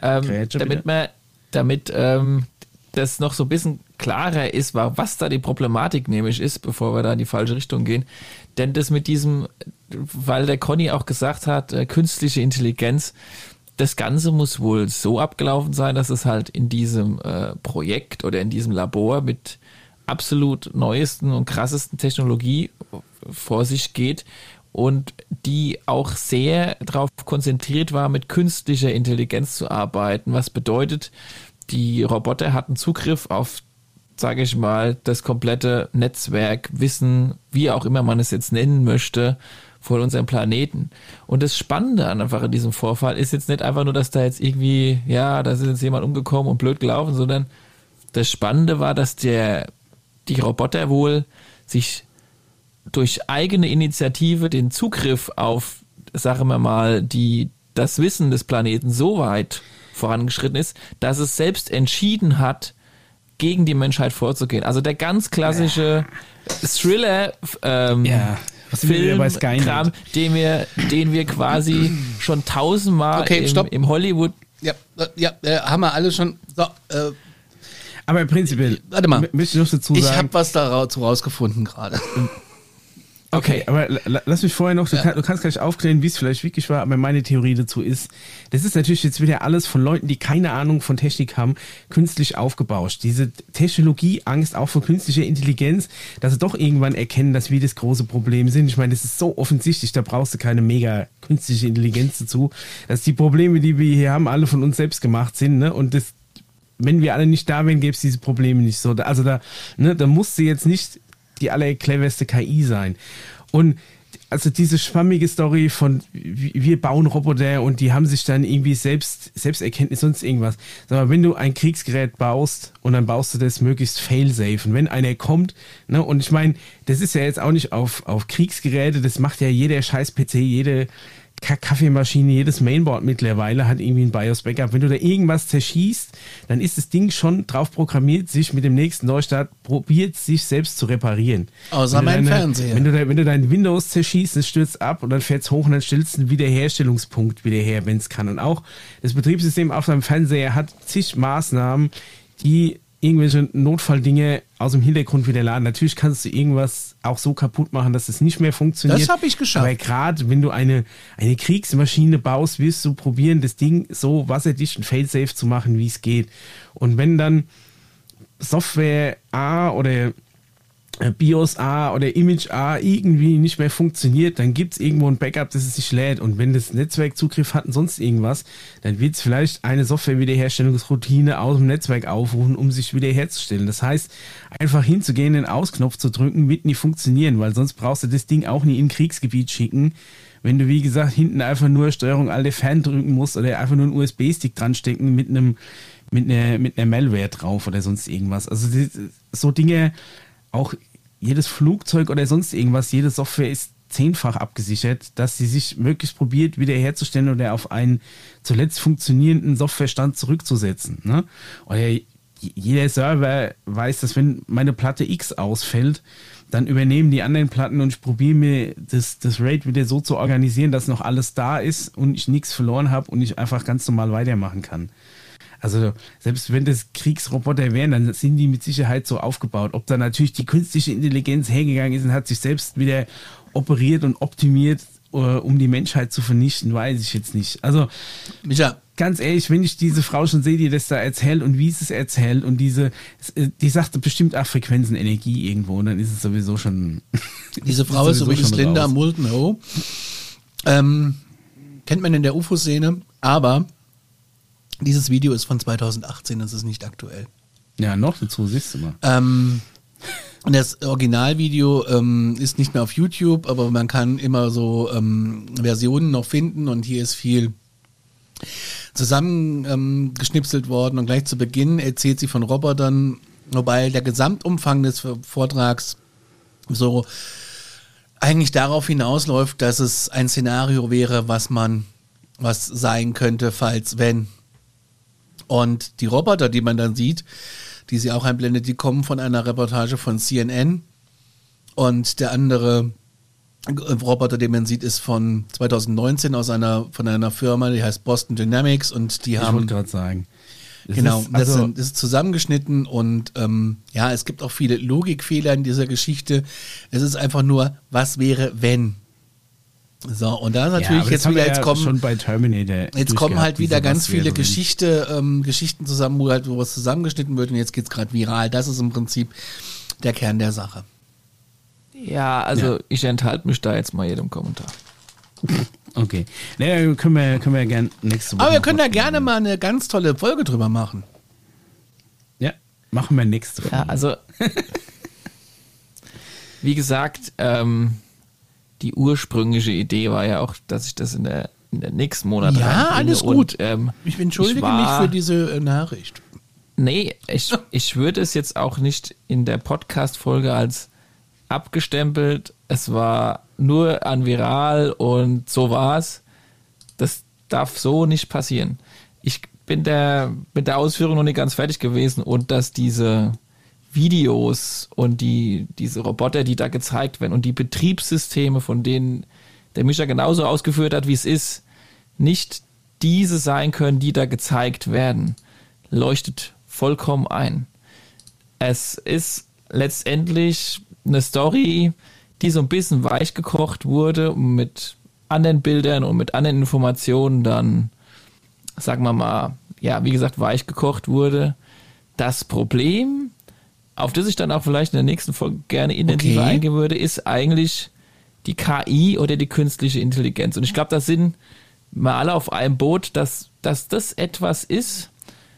damit das noch so ein bisschen klarer ist, was da die Problematik nämlich ist, bevor wir da in die falsche Richtung gehen. Denn das mit diesem, weil der Conny auch gesagt hat, künstliche Intelligenz, das Ganze muss wohl so abgelaufen sein, dass es halt in diesem Projekt oder in diesem Labor mit absolut neuesten und krassesten Technologie vor sich geht und die auch sehr darauf konzentriert war, mit künstlicher Intelligenz zu arbeiten, was bedeutet, die Roboter hatten Zugriff auf, sage ich mal, das komplette Netzwerk, Wissen, wie auch immer man es jetzt nennen möchte, von unserem Planeten. Und das Spannende einfach in diesem Vorfall ist jetzt nicht einfach nur, dass da jetzt irgendwie, da ist jetzt jemand umgekommen und blöd gelaufen, sondern das Spannende war, dass die Roboter wohl sich durch eigene Initiative den Zugriff auf, sagen wir mal, das Wissen des Planeten so weit vorangeschritten ist, dass es selbst entschieden hat, gegen die Menschheit vorzugehen. Also der ganz klassische Thriller Film-Kram, den wir quasi schon 1000-mal im Hollywood... Ja, haben wir alle schon... So, aber prinzipiell, warte mal, möchte ich noch dazu sagen... Ich habe was dazu rausgefunden gerade. Okay, aber lass mich vorher noch, du kannst gleich aufklären, wie es vielleicht wirklich war, aber meine Theorie dazu ist, das ist natürlich jetzt wieder alles von Leuten, die keine Ahnung von Technik haben, künstlich aufgebauscht. Diese Technologieangst auch vor künstlicher Intelligenz, dass sie doch irgendwann erkennen, dass wir das große Problem sind. Ich meine, das ist so offensichtlich, da brauchst du keine mega künstliche Intelligenz dazu, dass die Probleme, die wir hier haben, alle von uns selbst gemacht sind, ne? Und das, wenn wir alle nicht da wären, gäbe es diese Probleme nicht so. Also da musste jetzt nicht die allercleverste KI sein. Und also diese schwammige Story von wir bauen Roboter und die haben sich dann irgendwie Selbsterkenntnis, sonst irgendwas. Sag mal, wenn du ein Kriegsgerät baust und dann baust du das möglichst fail-safe und wenn einer kommt, ne, und ich meine, das ist ja jetzt auch nicht auf Kriegsgeräte, das macht ja jeder scheiß PC, jede Kaffeemaschine, jedes Mainboard mittlerweile hat irgendwie ein BIOS-Backup. Wenn du da irgendwas zerschießt, dann ist das Ding schon drauf programmiert, sich mit dem nächsten Neustart probiert, sich selbst zu reparieren. Außer mein Fernseher. Wenn du dein Windows zerschießt, es stürzt ab und dann fährt es hoch und dann stellst du einen Wiederherstellungspunkt wieder her, wenn es kann. Und auch das Betriebssystem auf deinem Fernseher hat zig Maßnahmen, die irgendwelche Notfalldinge aus dem Hintergrund wieder laden. Natürlich kannst du irgendwas auch so kaputt machen, dass es nicht mehr funktioniert. Das habe ich geschafft. Aber gerade wenn du eine Kriegsmaschine baust, wirst du probieren, das Ding so wasserdicht und fail-safe zu machen, wie es geht. Und wenn dann Software A oder BIOS A oder Image A irgendwie nicht mehr funktioniert, dann gibt es irgendwo ein Backup, dass es sich lädt. Und wenn das Netzwerkzugriff hat und sonst irgendwas, dann wird es vielleicht eine Software-Wiederherstellungsroutine aus dem Netzwerk aufrufen, um sich wiederherzustellen. Das heißt, einfach hinzugehen, den Ausknopf zu drücken, wird nie funktionieren, weil sonst brauchst du das Ding auch nie in ein Kriegsgebiet schicken. Wenn du, wie gesagt, hinten einfach nur Steuerung Alt Fern drücken musst oder einfach nur einen USB-Stick dran stecken mit einer Malware drauf oder sonst irgendwas. Also so Dinge, auch jedes Flugzeug oder sonst irgendwas, jede Software ist 10-fach abgesichert, dass sie sich möglichst probiert, wiederherzustellen oder auf einen zuletzt funktionierenden Softwarestand zurückzusetzen. Ne? Oder jeder Server weiß, dass wenn meine Platte X ausfällt, dann übernehmen die anderen Platten und ich probiere mir das RAID wieder so zu organisieren, dass noch alles da ist und ich nichts verloren habe und ich einfach ganz normal weitermachen kann. Also selbst wenn das Kriegsroboter wären, dann sind die mit Sicherheit so aufgebaut. Ob da natürlich die künstliche Intelligenz hergegangen ist und hat sich selbst wieder operiert und optimiert, um die Menschheit zu vernichten, weiß ich jetzt nicht. Also Micha, ganz ehrlich, wenn ich diese Frau schon sehe, die das da erzählt und wie sie es erzählt und die sagte bestimmt auch Frequenzen, Energie irgendwo, und dann ist es sowieso schon... Diese Frau ist übrigens Linda Moulton Howe. kennt man in der UFO-Szene, aber dieses Video ist von 2018, das ist nicht aktuell. Ja, noch dazu, siehst du mal. Das Originalvideo ist nicht mehr auf YouTube, aber man kann immer so Versionen noch finden und hier ist viel zusammengeschnipselt worden und gleich zu Beginn erzählt sie von Robotern, wobei der Gesamtumfang des Vortrags so eigentlich darauf hinausläuft, dass es ein Szenario wäre, was sein könnte, falls wenn. Und die Roboter, die man dann sieht, die sie auch einblendet, die kommen von einer Reportage von CNN und der andere Roboter, den man sieht, ist von 2019 von einer Firma, die heißt Boston Dynamics und die haben... Ich wollte gerade sagen. Genau, das ist zusammengeschnitten und es gibt auch viele Logikfehler in dieser Geschichte. Es ist einfach nur, was wäre, wenn? So, und da ist natürlich schon bei Terminator. Jetzt kommen halt wieder ganz viele Geschichten zusammen, wo was zusammengeschnitten wird und jetzt geht's gerade viral. Das ist im Prinzip der Kern der Sache. Ja, also ich enthalte mich da jetzt mal jedem Kommentar. Okay. Naja, können wir gerne nächste Woche. Aber wir können da gerne mal eine ganz tolle Folge drüber machen. Ja, machen wir nächste Woche. Ja, also wie gesagt, die ursprüngliche Idee war ja auch, dass ich das in der nächsten Monat ja, alles gut. Und, ich entschuldige mich für diese Nachricht. Nee, ich würde es jetzt auch nicht in der Podcast-Folge als abgestempelt. Es war nur an viral und so war's. Das darf so nicht passieren. Ich bin mit der Ausführung noch nicht ganz fertig gewesen und dass diese Videos und diese Roboter, die da gezeigt werden und die Betriebssysteme, von denen der Mischa genauso ausgeführt hat, wie es ist, nicht diese sein können, die da gezeigt werden, leuchtet vollkommen ein. Es ist letztendlich eine Story, die so ein bisschen weich gekocht wurde und mit anderen Bildern und mit anderen Informationen dann, sagen wir mal, ja, wie gesagt, weich gekocht wurde. Das Problem, auf das ich dann auch vielleicht in der nächsten Folge gerne intensiver eingehen würde, ist eigentlich die KI oder die künstliche Intelligenz. Und ich glaube, da sind wir alle auf einem Boot, dass das etwas ist,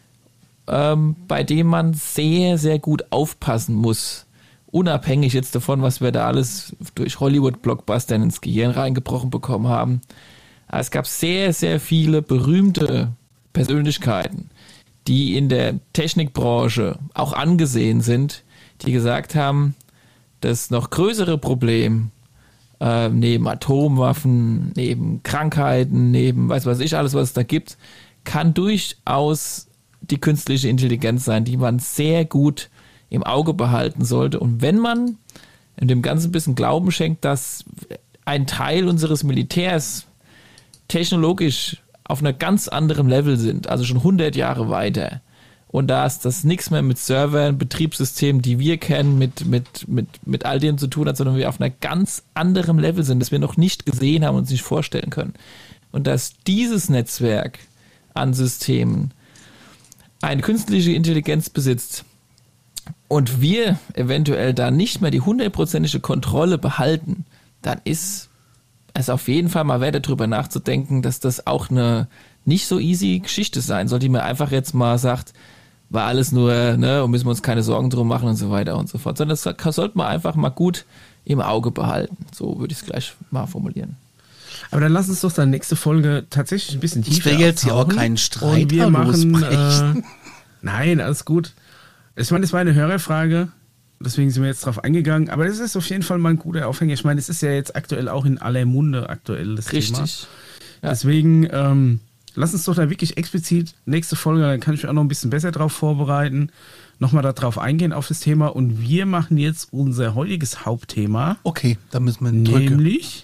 bei dem man sehr, sehr gut aufpassen muss. Unabhängig jetzt davon, was wir da alles durch Hollywood-Blockbuster ins Gehirn reingebrochen bekommen haben. Aber es gab sehr, sehr viele berühmte Persönlichkeiten, die in der Technikbranche auch angesehen sind, die gesagt haben, das noch größere Problem neben Atomwaffen, neben Krankheiten, neben weiß was ich alles, was es da gibt, kann durchaus die künstliche Intelligenz sein, die man sehr gut im Auge behalten sollte. Und wenn man dem Ganzen ein bisschen Glauben schenkt, dass ein Teil unseres Militärs technologisch auf einer ganz anderen Level sind, also schon 100 Jahre weiter, und da ist das nichts mehr mit Servern, Betriebssystemen, die wir kennen, mit all dem zu tun hat, sondern wir auf einer ganz anderen Level sind, das wir noch nicht gesehen haben und uns nicht vorstellen können. Und dass dieses Netzwerk an Systemen eine künstliche Intelligenz besitzt und wir eventuell da nicht mehr die 100%ige Kontrolle behalten, dann ist es auf jeden Fall mal wert, darüber nachzudenken, dass das auch eine nicht so easy Geschichte sein soll, die man einfach jetzt mal sagt, war alles nur, ne, und müssen wir uns keine Sorgen drum machen und so weiter und so fort. Sondern das sollte man einfach mal gut im Auge behalten. So würde ich es gleich mal formulieren. Aber dann lass uns doch dann nächste Folge tatsächlich ein bisschen tiefer. Ich will jetzt hier auch keinen Streit und wir machen. Nein, alles gut. Ich meine, das war eine Hörerfrage, deswegen sind wir jetzt drauf eingegangen. Aber das ist auf jeden Fall mal ein guter Aufhänger. Ich meine, es ist ja jetzt aktuell auch in aller Munde aktuell das Thema. Richtig. Ja. Deswegen lass uns doch da wirklich explizit nächste Folge, dann kann ich mich auch noch ein bisschen besser drauf vorbereiten, nochmal darauf eingehen auf das Thema. Und wir machen jetzt unser heutiges Hauptthema. Okay, da müssen wir drücken. Nämlich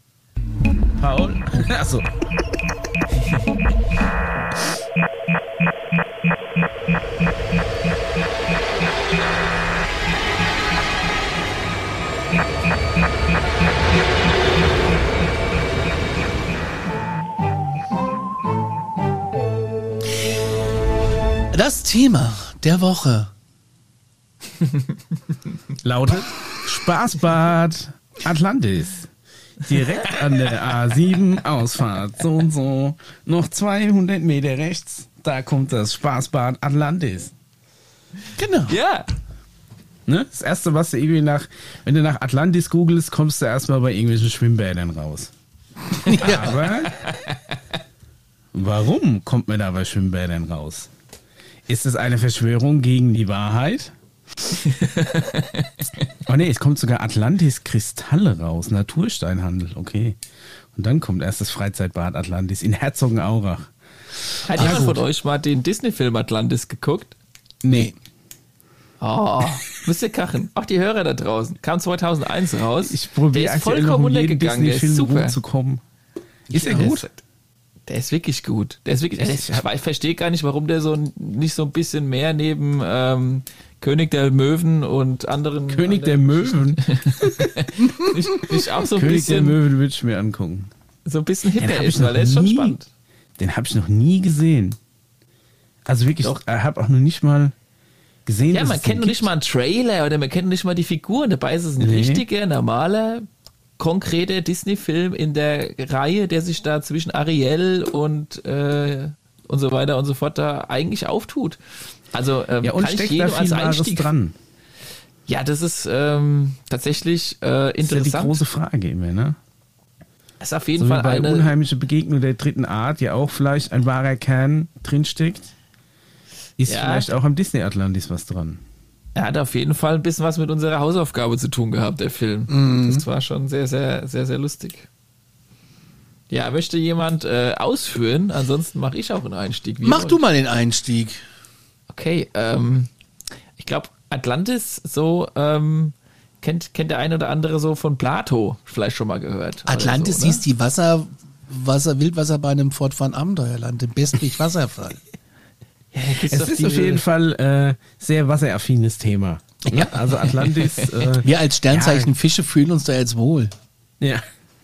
Paul. Achso. Das Thema der Woche lautet Spaßbad Atlantis. Direkt an der A7 Ausfahrt. So und so. Noch 200 Meter rechts. Da kommt das Spaßbad Atlantis. Genau. Ja. Ne? Das erste, was du irgendwie wenn du nach Atlantis googelst, kommst du erstmal bei irgendwelchen Schwimmbädern raus. Ja. Aber warum kommt man da bei Schwimmbädern raus? Ist es eine Verschwörung gegen die Wahrheit? Oh nee, es kommt sogar Atlantis Kristalle raus, Natursteinhandel, okay. Und dann kommt erst das Freizeitbad Atlantis in Herzogenaurach. Hat jemand von euch mal den Disney-Film Atlantis geguckt? Nee. Oh, müsst ihr krachen. Auch die Hörer da draußen. Kam 2001 raus. Ich probiere aktuell noch um jeden Disney-Film rumzukommen. Ist er gut? Der ist wirklich gut. Ich verstehe gar nicht, warum der nicht so ein bisschen mehr neben König der Möwen und anderen... König der Möwen? nicht auch so ein König bisschen... der Möwen würde ich mir angucken. So ein bisschen hipper ist, weil der ist schon spannend. Den habe ich noch nie gesehen. Also wirklich, ich habe auch noch nicht mal gesehen. Ja, man kennt noch nicht mal einen Trailer oder man kennt noch nicht mal die Figuren. Dabei ist es ein richtiger, normaler, konkreter Disney-Film in der Reihe, der sich da zwischen Ariel und so weiter und so fort da eigentlich auftut. Also und kann steckt ich jedem da als viel Einstieg dran. Ja, das ist tatsächlich interessant. Das ist ja die große Frage immer, ne? Das ist auf jeden so Fall wie bei eine unheimliche Begegnung der dritten Art, ja auch vielleicht ein wahrer Kern drinsteckt. Ist vielleicht auch am Disney Atlantis was dran. Er hat auf jeden Fall ein bisschen was mit unserer Hausaufgabe zu tun gehabt, der Film. Mhm. Das war schon sehr, sehr, sehr, sehr lustig. Ja, möchte jemand ausführen? Ansonsten mache ich auch einen Einstieg. Mach du mal den Einstieg. Okay, ich glaube, Atlantis so kennt der eine oder andere so von Plato vielleicht schon mal gehört. Atlantis so, ne? hieß die Wildwasserbahn im Fortfahren Abenteuerland, im Bestwig Wasserfall. Ja, es ist auf jeden Fall sehr wasseraffines Thema. Ja, also Atlantis. Wir als Sternzeichen Fische fühlen uns da jetzt wohl. Ja.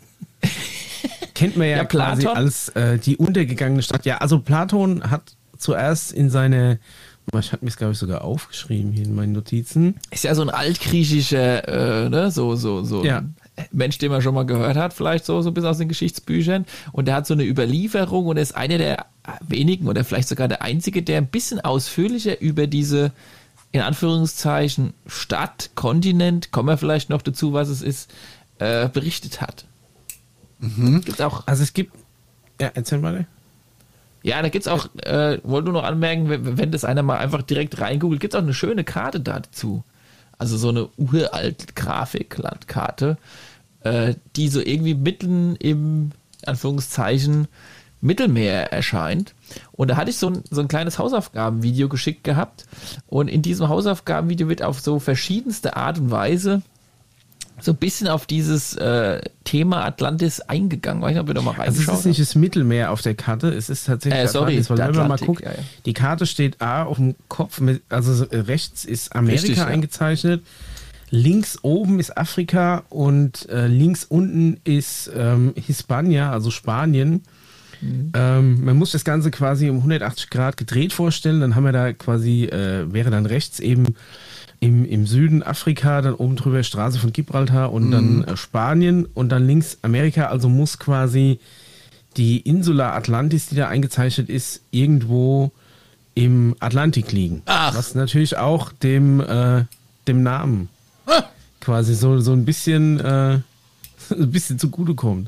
Kennt man ja quasi als die untergegangene Stadt. Ja, also Platon hat zuerst in seine, ich hatte mir es glaube ich sogar aufgeschrieben hier in meinen Notizen. Ist ja so ein altgriechischer, so ja. Mensch, den man schon mal gehört hat, vielleicht so bis aus den Geschichtsbüchern. Und der hat so eine Überlieferung und er ist einer der wenigen oder vielleicht sogar der einzige, der ein bisschen ausführlicher über diese, in Anführungszeichen, Stadt, Kontinent, kommen wir vielleicht noch dazu, was es ist, berichtet hat. Mhm. Gibt's auch. Also es gibt, ja, erzähl mal. Ja, da gibt's auch, wollte nur noch anmerken, wenn das einer mal einfach direkt reingoogelt, gibt's auch eine schöne Karte dazu. Also so eine uralte Grafiklandkarte, die so irgendwie mitten im, Anführungszeichen, Mittelmeer erscheint. Und da hatte ich so ein kleines Hausaufgabenvideo geschickt gehabt. Und in diesem Hausaufgabenvideo wird auf so verschiedenste Art und Weise so ein bisschen auf dieses Thema Atlantis eingegangen. Weiß nicht, ob wir da mal reinschauen. Also es ist nicht das Mittelmeer auf der Karte, es ist tatsächlich Atlantis, weil wenn man mal guckt, ja. die Karte steht auf dem Kopf, also rechts ist Amerika Richtig, eingezeichnet, links oben ist Afrika und links unten ist Hispania, also Spanien. Man muss das Ganze quasi um 180 Grad gedreht vorstellen, dann haben wir da quasi, wäre dann rechts eben im Süden Afrika, dann oben drüber Straße von Gibraltar und dann Spanien und dann links Amerika, also muss quasi die Insula Atlantis, die da eingezeichnet ist, irgendwo im Atlantik liegen. Ach. Was natürlich auch dem Namen quasi so ein bisschen zugutekommt.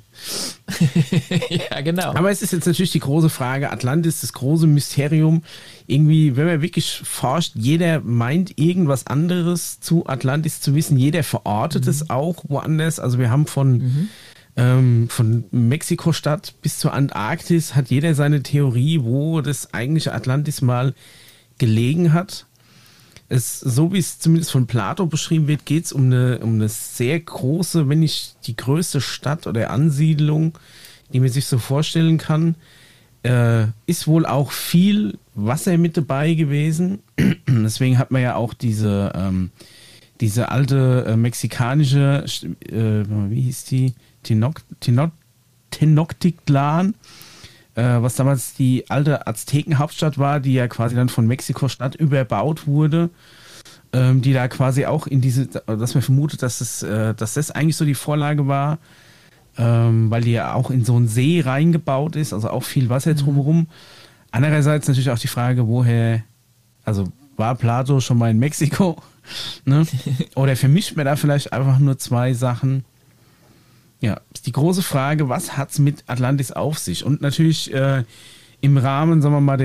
Ja, genau. Aber es ist jetzt natürlich die große Frage, Atlantis, das große Mysterium. Irgendwie, wenn man wirklich forscht, jeder meint irgendwas anderes zu Atlantis zu wissen. Jeder verortet es auch woanders. Also wir haben von Mexiko-Stadt bis zur Antarktis hat jeder seine Theorie, wo das eigentliche Atlantis mal gelegen hat. So wie es zumindest von Plato beschrieben wird, geht es um eine sehr große, wenn nicht die größte Stadt oder Ansiedlung, die man sich so vorstellen kann. Ist wohl auch viel Wasser mit dabei gewesen. Deswegen hat man ja auch diese alte mexikanische, wie hieß die? Tenochtitlan, was damals die alte Aztekenhauptstadt war, die ja quasi dann von Mexiko-Stadt überbaut wurde, die da quasi auch in diese, dass man vermutet, dass das eigentlich so die Vorlage war, weil die ja auch in so einen See reingebaut ist, also auch viel Wasser drumherum. Andererseits natürlich auch die Frage, also war Plato schon mal in Mexiko? Ne? Oder vermischt man da vielleicht einfach nur zwei Sachen? Ja, ist die große Frage, was hat es mit Atlantis auf sich? Und natürlich im Rahmen, sagen wir mal,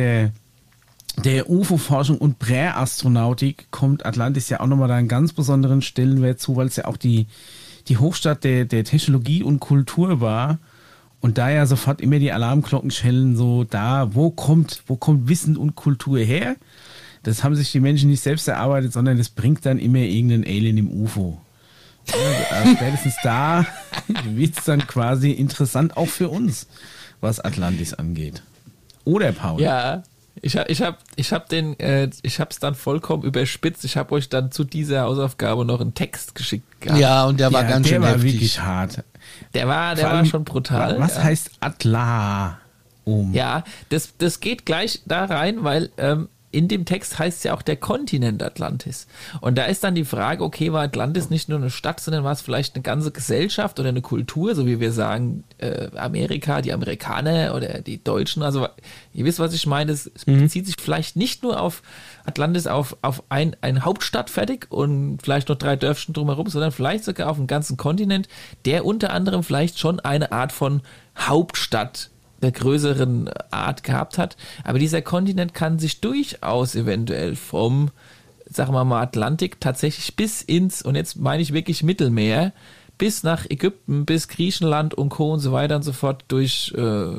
der UFO-Forschung und Präastronautik kommt Atlantis ja auch nochmal da einen ganz besonderen Stellenwert zu, weil es ja auch die Hochstadt der Technologie und Kultur war. Und da ja sofort immer die Alarmglocken schellen, so da, wo kommt Wissen und Kultur her? Das haben sich die Menschen nicht selbst erarbeitet, sondern das bringt dann immer irgendein Alien im UFO. Ja, spätestens da wird es dann quasi interessant, auch für uns, was Atlantis angeht. Oder, Paul? Ja, ich hab's dann vollkommen überspitzt. Ich habe euch dann zu dieser Hausaufgabe noch einen Text geschickt gehabt. Ja, und der war ganz schön heftig. Der war wirklich hart. Der war schon brutal. Was heißt Atla? Ja, das geht gleich da rein, weil in dem Text heißt es ja auch der Kontinent Atlantis. Und da ist dann die Frage, okay, war Atlantis nicht nur eine Stadt, sondern war es vielleicht eine ganze Gesellschaft oder eine Kultur, so wie wir sagen, Amerika, die Amerikaner oder die Deutschen. Also ihr wisst, was ich meine. Es bezieht sich vielleicht nicht nur auf Atlantis, auf eine Hauptstadt fertig und vielleicht noch 3 Dörfchen drumherum, sondern vielleicht sogar auf einen ganzen Kontinent, der unter anderem vielleicht schon eine Art von Hauptstadt der größeren Art gehabt hat. Aber dieser Kontinent kann sich durchaus eventuell vom, sagen wir mal, Atlantik tatsächlich bis ins, und jetzt meine ich wirklich Mittelmeer, bis nach Ägypten, bis Griechenland und Co. und so weiter und so fort durch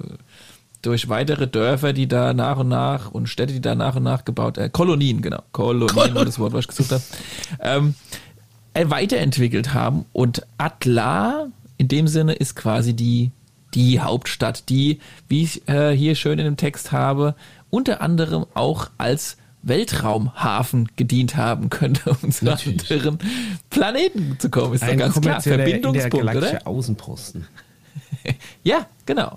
weitere Dörfer, die da nach und nach und Städte, die da nach und nach gebaut, Kolonien, genau, Kolonien war das Wort, was ich gesucht habe, weiterentwickelt haben. Und Atla in dem Sinne ist quasi die Hauptstadt, die, wie ich hier schön in dem Text habe, unter anderem auch als Weltraumhafen gedient haben könnte, um zu anderen Planeten zu kommen. Ist doch ganz klar. Verbindungspunkt, oder? Außenposten. Ja, genau.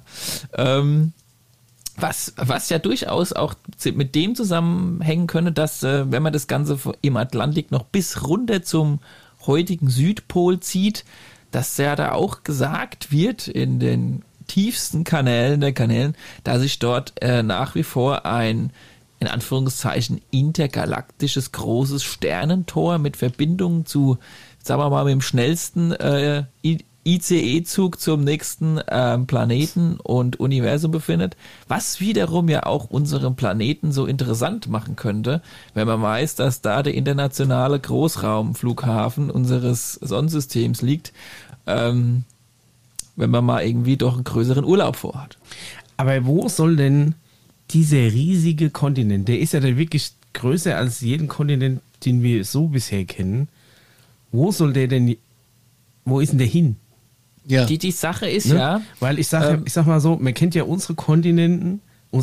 Was ja durchaus auch mit dem zusammenhängen könnte, dass, wenn man das Ganze im Atlantik noch bis runter zum heutigen Südpol zieht, dass ja da auch gesagt wird in den tiefsten Kanälen, dass sich dort nach wie vor ein, in Anführungszeichen, intergalaktisches großes Sternentor mit Verbindung zu, sagen wir mal, mit dem schnellsten ICE-Zug zum nächsten Planeten und Universum befindet, was wiederum ja auch unseren Planeten so interessant machen könnte, wenn man weiß, dass da der internationale Großraumflughafen unseres Sonnensystems liegt, wenn man mal irgendwie doch einen größeren Urlaub vorhat. Aber wo soll denn dieser riesige Kontinent, der ist ja dann wirklich größer als jeden Kontinent, den wir so bisher kennen, wo ist denn der hin? Ja. Die Sache ist, ne? Ja. Weil ich sag mal so, man kennt ja unsere Kontinente,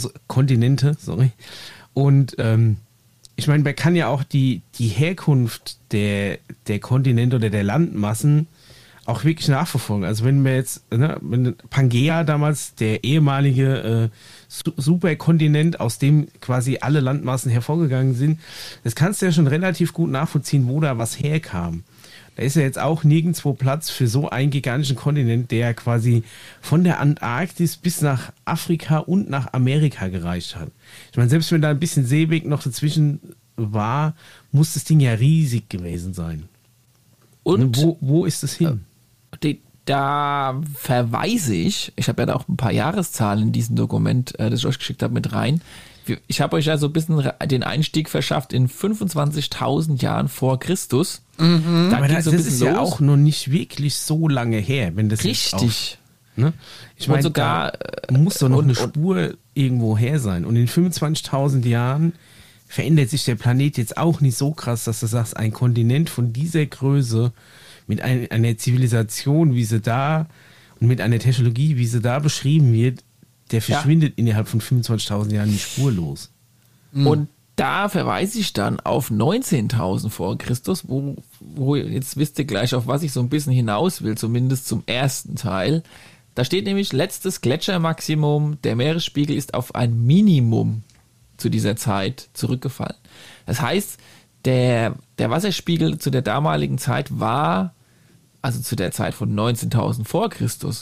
und ich meine, man kann ja auch die Herkunft der Kontinente oder der Landmassen auch wirklich nachverfolgen. Also wenn wir jetzt, wenn Pangea damals, der ehemalige Superkontinent, aus dem quasi alle Landmassen hervorgegangen sind, das kannst du ja schon relativ gut nachvollziehen, wo da was herkam. Da ist ja jetzt auch nirgendwo Platz für so einen gigantischen Kontinent, der quasi von der Antarktis bis nach Afrika und nach Amerika gereicht hat. Ich meine, selbst wenn da ein bisschen Seeweg noch dazwischen war, muss das Ding ja riesig gewesen sein. Und wo ist es hin? Da verweise ich habe ja da auch ein paar Jahreszahlen in diesem Dokument, das ich euch geschickt habe, mit rein. Ich habe euch ja so ein bisschen den Einstieg verschafft in 25.000 Jahren vor Christus. Mhm. Aber das ist ja auch noch nicht wirklich so lange her, wenn das richtig. Auch, ne? Ich meine, sogar muss doch noch eine Spur irgendwo her sein. Und in 25.000 Jahren verändert sich der Planet jetzt auch nicht so krass, dass du sagst, ein Kontinent von dieser Größe mit einer Zivilisation, wie sie da und mit einer Technologie, wie sie da beschrieben wird, der verschwindet innerhalb von 25.000 Jahren nicht spurlos. Und da verweise ich dann auf 19.000 vor Christus, wo jetzt wisst ihr gleich, auf was ich so ein bisschen hinaus will, zumindest zum ersten Teil. Da steht nämlich, letztes Gletschermaximum, der Meeresspiegel ist auf ein Minimum zu dieser Zeit zurückgefallen. Das heißt, der Wasserspiegel zu der damaligen Zeit war, also zu der Zeit von 19.000 vor Christus,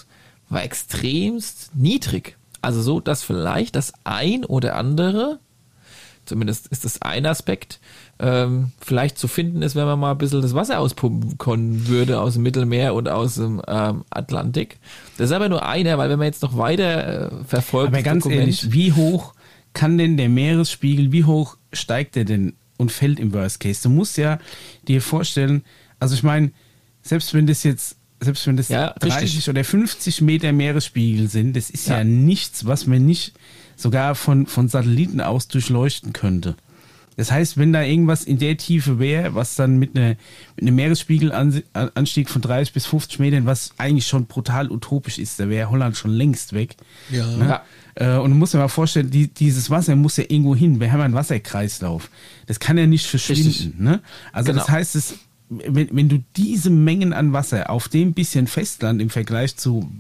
war extremst niedrig. Also so, dass vielleicht das ein oder andere, zumindest ist das ein Aspekt, vielleicht zu finden ist, wenn man mal ein bisschen das Wasser auspumpen können würde aus dem Mittelmeer und aus dem Atlantik. Das ist aber nur einer, weil wenn man jetzt noch weiter verfolgt. Aber ganz ehrlich, wie hoch kann denn der Meeresspiegel, wie hoch steigt der denn und fällt im Worst Case? Du musst ja dir vorstellen, also ich meine, selbst wenn das 30 richtig. Oder 50 Meter Meeresspiegel sind, das ist ja nichts, was man nicht sogar von Satelliten aus durchleuchten könnte. Das heißt, wenn da irgendwas in der Tiefe wäre, was dann mit einem Meeresspiegelanstieg von 30 bis 50 Metern, was eigentlich schon brutal utopisch ist, da wäre Holland schon längst weg. Ja. Ne? Und du musst dir mal vorstellen, dieses Wasser muss ja irgendwo hin. Wir haben einen Wasserkreislauf. Das kann ja nicht verschwinden. Ne? Also das heißt, wenn du diese Mengen an Wasser auf dem bisschen Festland im Vergleich zu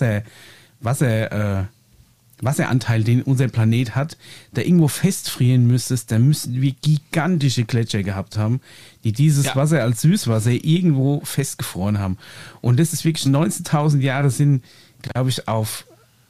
Wasseranteil, den unser Planet hat, da irgendwo festfrieren müsstest, dann müssten wir gigantische Gletscher gehabt haben, die dieses Wasser als Süßwasser irgendwo festgefroren haben. Und das ist wirklich 19.000 Jahre sind, glaube ich, auf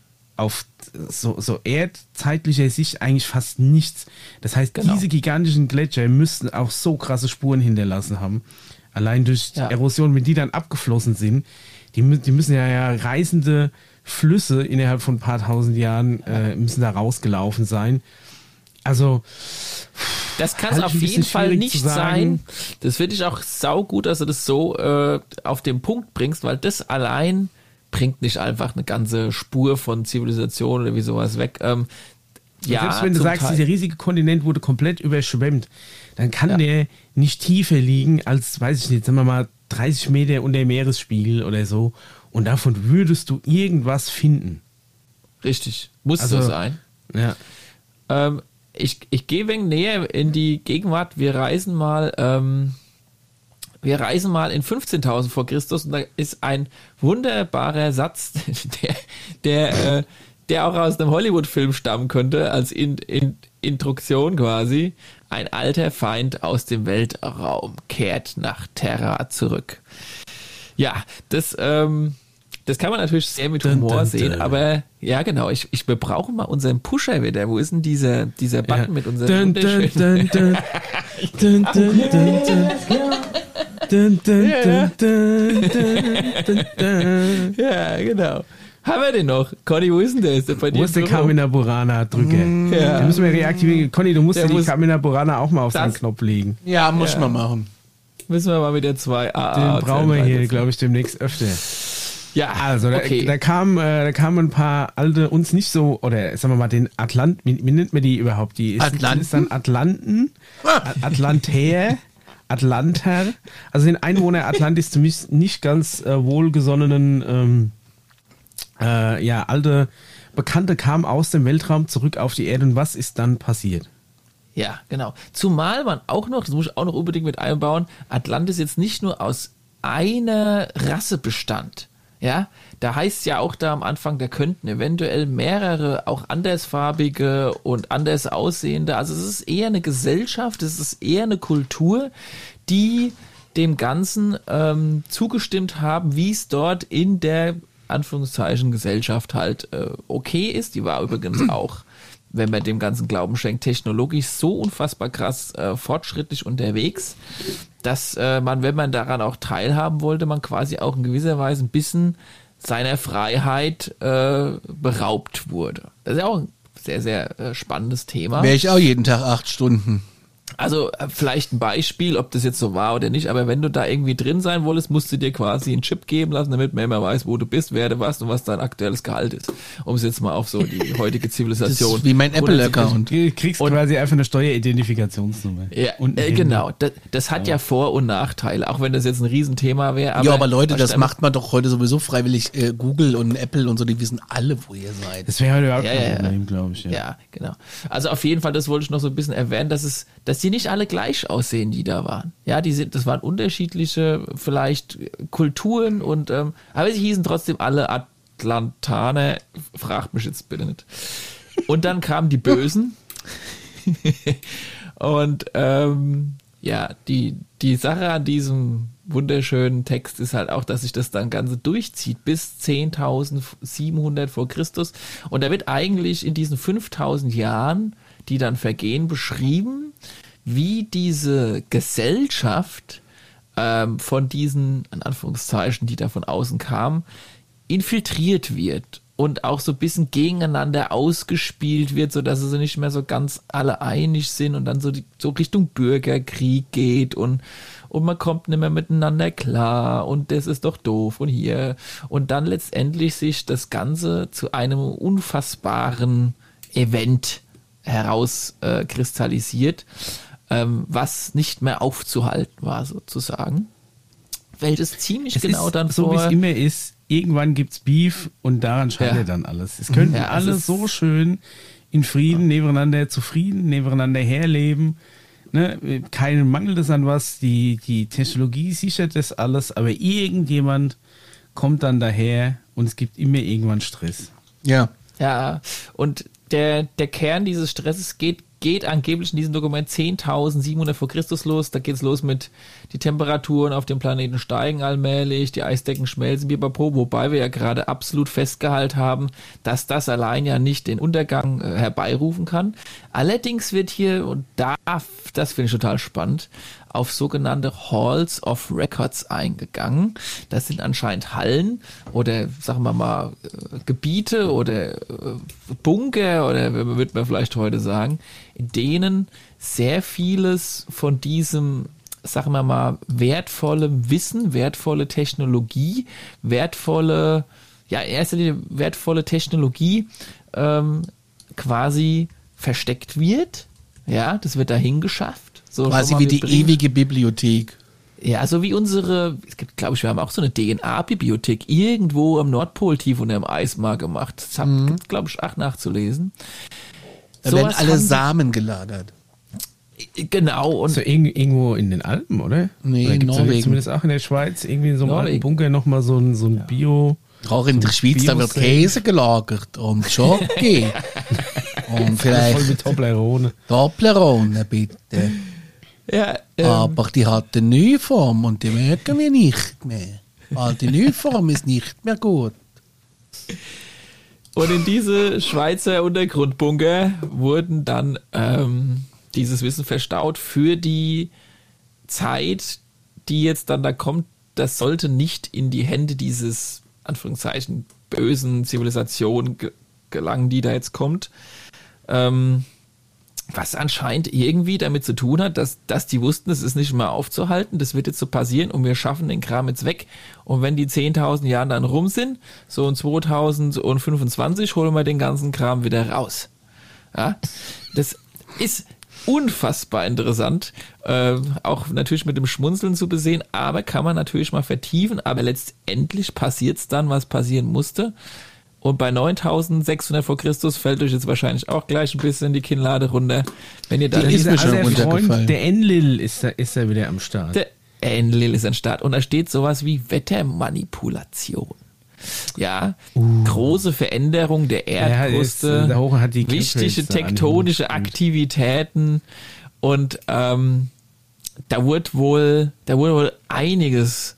so erdzeitlicher Sicht eigentlich fast nichts. Das heißt, diese gigantischen Gletscher müssten auch so krasse Spuren hinterlassen haben. Allein durch die Erosion, wenn die dann abgeflossen sind, die müssen ja reißende Flüsse innerhalb von ein paar tausend Jahren müssen da rausgelaufen sein. Also das kann es auf jeden Fall nicht sein. Das finde ich auch saugut, dass du das so auf den Punkt bringst, weil das allein bringt nicht einfach eine ganze Spur von Zivilisation oder wie sowas weg. Selbst wenn du sagst, dieser riesige Kontinent wurde komplett überschwemmt, dann kann der nicht tiefer liegen als, weiß ich nicht, sagen wir mal 30 Meter unter Meeresspiegel oder so. Und davon würdest du irgendwas finden. Richtig, muss so sein. Ja. Ich gehe wegen näher in die Gegenwart. Wir reisen mal in 15.000 vor Christus und da ist ein wunderbarer Satz, der auch aus einem Hollywood-Film stammen könnte, als Introduktion quasi. Ein alter Feind aus dem Weltraum kehrt nach Terra zurück. Ja, das kann man natürlich sehr mit Humor sehen, aber ja genau, wir brauchen mal unseren Pusher wieder. Wo ist denn dieser Button mit unserem Ja, genau. Haben wir den noch? Conny, wo ist denn der? Ist der bei dir? Wo ist der Carmina Burana Drücker? Den müssen wir reaktivieren. Conny, du musst die Carmina Burana auch mal auf seinen Knopf legen. Ja, muss man machen. Müssen wir mal mit der 2AA. Den brauchen wir hier, glaube ich, demnächst öfter. Ja, also da kamen ein paar alte, uns nicht so, oder sagen wir mal den wie nennt man die überhaupt? Die ist dann Atlanter, also den Einwohner Atlantis zumindest nicht ganz wohlgesonnenen alte Bekannte kamen aus dem Weltraum zurück auf die Erde und was ist dann passiert? Ja, genau. Zumal man auch noch, das muss ich auch noch unbedingt mit einbauen, Atlantis jetzt nicht nur aus einer Rasse bestand. Ja, da heißt es ja auch da am Anfang, da könnten eventuell mehrere auch andersfarbige und anders aussehende, also es ist eher eine Gesellschaft, es ist eher eine Kultur, die dem Ganzen zugestimmt haben, wie es dort in der Anführungszeichen Gesellschaft halt okay ist. Die war übrigens auch, wenn man dem ganzen Glauben schenkt, technologisch so unfassbar krass fortschrittlich unterwegs, dass man, wenn man daran auch teilhaben wollte, man quasi auch in gewisser Weise ein bisschen seiner Freiheit beraubt wurde. Das ist ja auch ein sehr, sehr spannendes Thema. Wäre ich auch jeden Tag 8 Stunden. Also vielleicht ein Beispiel, ob das jetzt so war oder nicht, aber wenn du da irgendwie drin sein wolltest, musst du dir quasi einen Chip geben lassen, damit man immer weiß, wo du bist, wer du warst und was dein aktuelles Gehalt ist. Um es jetzt mal auf so die heutige Zivilisation. Das ist wie mein Apple-Account. Du kriegst quasi einfach eine Steueridentifikationsnummer. Ja, genau. Das hat ja Vor- und Nachteile, auch wenn das jetzt ein Riesenthema wäre. Ja, aber Leute, das macht man doch heute sowieso freiwillig. Google und Apple und so, die wissen alle, wo ihr seid. Das wäre heute überhaupt kein Problem, glaube ich. Ja, genau. Also auf jeden Fall, das wollte ich noch so ein bisschen erwähnen, dass die nicht alle gleich aussehen, die da waren. Ja, das waren unterschiedliche vielleicht Kulturen und aber sie hießen trotzdem alle Atlantaner. Fragt mich jetzt bitte nicht. Und dann kamen die Bösen. Und die Sache an diesem wunderschönen Text ist halt auch, dass sich das dann Ganze durchzieht bis 10.700 vor Christus. Und da wird eigentlich in diesen 5.000 Jahren, die dann vergehen, beschrieben, wie diese Gesellschaft von diesen, in Anführungszeichen, die da von außen kamen, infiltriert wird und auch so ein bisschen gegeneinander ausgespielt wird, sodass sie nicht mehr so ganz alle einig sind und dann so Richtung Bürgerkrieg geht und man kommt nicht mehr miteinander klar und das ist doch doof und hier. Und dann letztendlich sich das Ganze zu einem unfassbaren Event herauskristallisiert, was nicht mehr aufzuhalten war, sozusagen. Welches ziemlich es genau ist, dann so wie es immer ist, irgendwann gibt's Beef und daran scheitert dann alles. Es könnten alle so schön in Frieden nebeneinander, zufrieden nebeneinander herleben. Ne? Keinem mangelt es an was, die Technologie sichert das alles, aber irgendjemand kommt dann daher und es gibt immer irgendwann Stress. Ja. Ja, und der Kern dieses Stresses geht angeblich in diesem Dokument 10.700 vor Christus los. Da geht's los mit die Temperaturen auf dem Planeten steigen allmählich, die Eisdecken schmelzen, wobei wir ja gerade absolut festgehalten haben, dass das allein ja nicht den Untergang herbeirufen kann. Allerdings wird hier, und das finde ich total spannend, auf sogenannte Halls of Records eingegangen. Das sind anscheinend Hallen oder, sagen wir mal, Gebiete oder Bunker oder würde man vielleicht heute sagen, in denen sehr vieles von diesem, sagen wir mal, wertvollem Wissen, wertvolle Technologie, in erster Linie wertvolle Technologie quasi versteckt wird. Ja, das wird dahin geschafft. So, quasi wie die ewige Bibliothek. Ja, so wie es gibt, glaube ich, wir haben auch so eine DNA-Bibliothek irgendwo am Nordpol tief unter dem Eis mal gemacht. Das gibt, glaube ich, auch nachzulesen. Da werden alle Samen gelagert. Genau. Und so irgendwo in den Alpen, oder? Nee, in Norwegen. Zumindest auch in der Schweiz, irgendwie in so einem alten Bunker nochmal so ein Bio... Auch in der Schweiz, da wird Käse gelagert und Schoki. Und vielleicht... Voll mit Toblerone. Toblerone, bitte. Ja, aber die hat eine neue Form und die mögen wir nicht mehr. Weil die neue Form ist nicht mehr gut. Und in diese Schweizer Untergrundbunker wurden dann dieses Wissen verstaut für die Zeit, die jetzt dann da kommt. Das sollte nicht in die Hände dieses, Anführungszeichen, bösen Zivilisation gelangen, die da jetzt kommt. Was anscheinend irgendwie damit zu tun hat, dass die wussten, es ist nicht mehr aufzuhalten, das wird jetzt so passieren und wir schaffen den Kram jetzt weg. Und wenn die 10.000 Jahre dann rum sind, so in 2025 holen wir den ganzen Kram wieder raus. Ja, das ist unfassbar interessant, auch natürlich mit dem Schmunzeln zu besehen, aber kann man natürlich mal vertiefen, aber letztendlich passiert es dann, was passieren musste. Und bei 9.600 vor Christus fällt euch jetzt wahrscheinlich auch gleich ein bisschen die Kinnlade runter. Wenn ihr da Freund, der Enlil ist da wieder am Start. Der Enlil ist am Start. Und da steht sowas wie Wettermanipulation. Ja, große Veränderung der Erdkruste, wichtige tektonische Aktivitäten und da wurde wohl einiges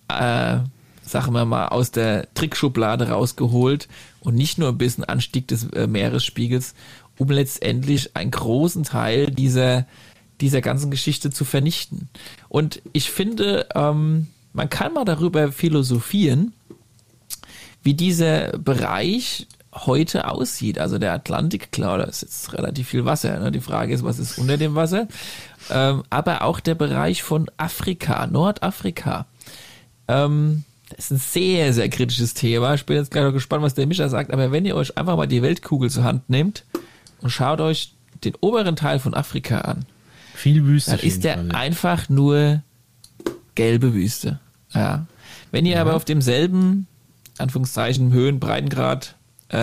sagen wir mal, aus der Trickschublade rausgeholt und nicht nur ein bisschen Anstieg des Meeresspiegels, um letztendlich einen großen Teil dieser ganzen Geschichte zu vernichten. Und ich finde, man kann mal darüber philosophieren, wie dieser Bereich heute aussieht. Also der Atlantik, klar, da ist jetzt relativ viel Wasser. Ne? Die Frage ist, was ist unter dem Wasser? Aber auch der Bereich von Afrika, Nordafrika. Das ist ein sehr, sehr kritisches Thema. Ich bin jetzt gleich noch gespannt, was der Mischa sagt. Aber wenn ihr euch einfach mal die Weltkugel zur Hand nehmt und schaut euch den oberen Teil von Afrika an, viel Wüste, dann ist der einfach nur gelbe Wüste. Ja. Wenn ihr aber auf demselben, Anführungszeichen, Höhen, Breitengrad,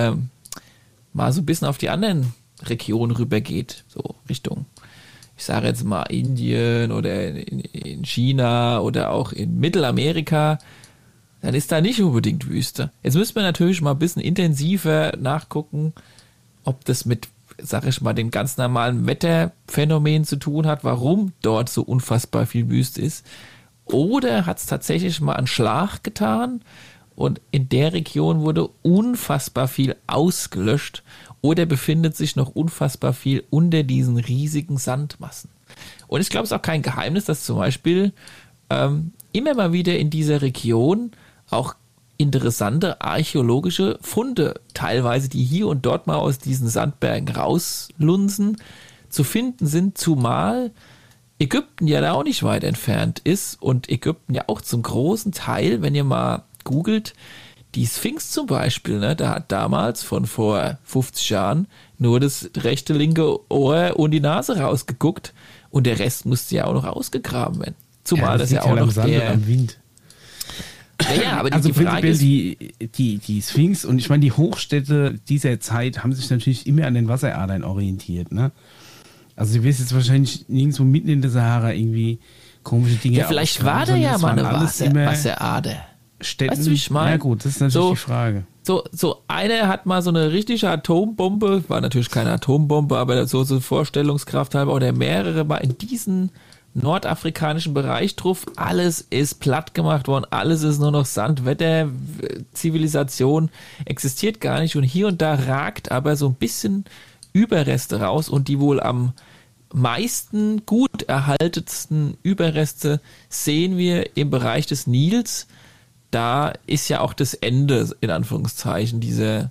mal so ein bisschen auf die anderen Regionen rübergeht, so Richtung, ich sage jetzt mal Indien oder in China oder auch in Mittelamerika, dann ist da nicht unbedingt Wüste. Jetzt müssen wir natürlich mal ein bisschen intensiver nachgucken, ob das mit, sag ich mal, dem ganz normalen Wetterphänomen zu tun hat, warum dort so unfassbar viel Wüste ist. oder hat es tatsächlich mal einen Schlag getan und in der Region wurde unfassbar viel ausgelöscht oder befindet sich noch unfassbar viel unter diesen riesigen Sandmassen. Und ich glaube, es ist auch kein Geheimnis, dass zum Beispiel immer mal wieder in dieser Region auch interessante archäologische Funde, teilweise die hier und dort mal aus diesen Sandbergen rauslunzen, zu finden sind, zumal Ägypten ja da auch nicht weit entfernt ist und Ägypten ja auch zum großen Teil, wenn ihr mal googelt, die Sphinx zum Beispiel, ne, da hat damals von vor 50 Jahren nur das rechte, linke Ohr und die Nase rausgeguckt und der Rest musste ja auch noch ausgegraben werden. Zumal das ja auch noch am Wind. Ja, aber also die Frage ist, die Sphinx und ich meine, die Hochstädte dieser Zeit haben sich natürlich immer an den Wasseradern orientiert, ne? Also du wirst jetzt wahrscheinlich nirgendwo mitten in der Sahara irgendwie komische Dinge. Ja, vielleicht war da ja mal eine Wasserader. Städten. Weißt du, wie ich meine? Ja gut, das ist natürlich die Frage. So einer hat mal so eine richtige Atombombe, war natürlich keine Atombombe, aber so Vorstellungskraft halber, oder mehrere mal in diesen nordafrikanischen Bereich drauf. Alles ist platt gemacht worden, alles ist nur noch Sand, Wetter, Zivilisation existiert gar nicht und hier und da ragt aber so ein bisschen Überreste raus und die wohl am meisten gut erhaltensten Überreste sehen wir im Bereich des Nils. Da ist ja auch das Ende, in Anführungszeichen, dieser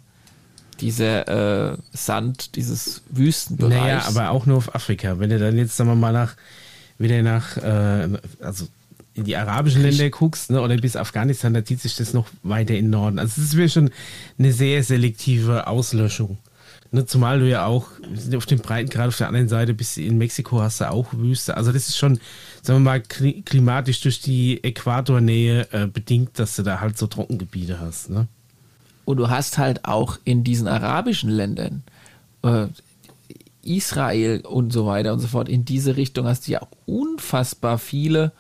Sand, dieses Wüstenbereich. Naja, aber auch nur auf Afrika. Wenn du dann jetzt, sagen wir mal, also in die arabischen Länder guckst, ne, oder bis Afghanistan, da zieht sich das noch weiter in den Norden. Also es ist schon eine sehr selektive Auslöschung. Ne, zumal du ja auch, wir sind auf dem Breitengrad auf der anderen Seite, bis in Mexiko hast du auch Wüste. Also das ist schon, sagen wir mal, klimatisch durch die Äquatornähe bedingt, dass du da halt so Trockengebiete hast. Ne? Und du hast halt auch in diesen arabischen Ländern, Israel und so weiter und so fort, in diese Richtung hast du ja auch unfassbar viele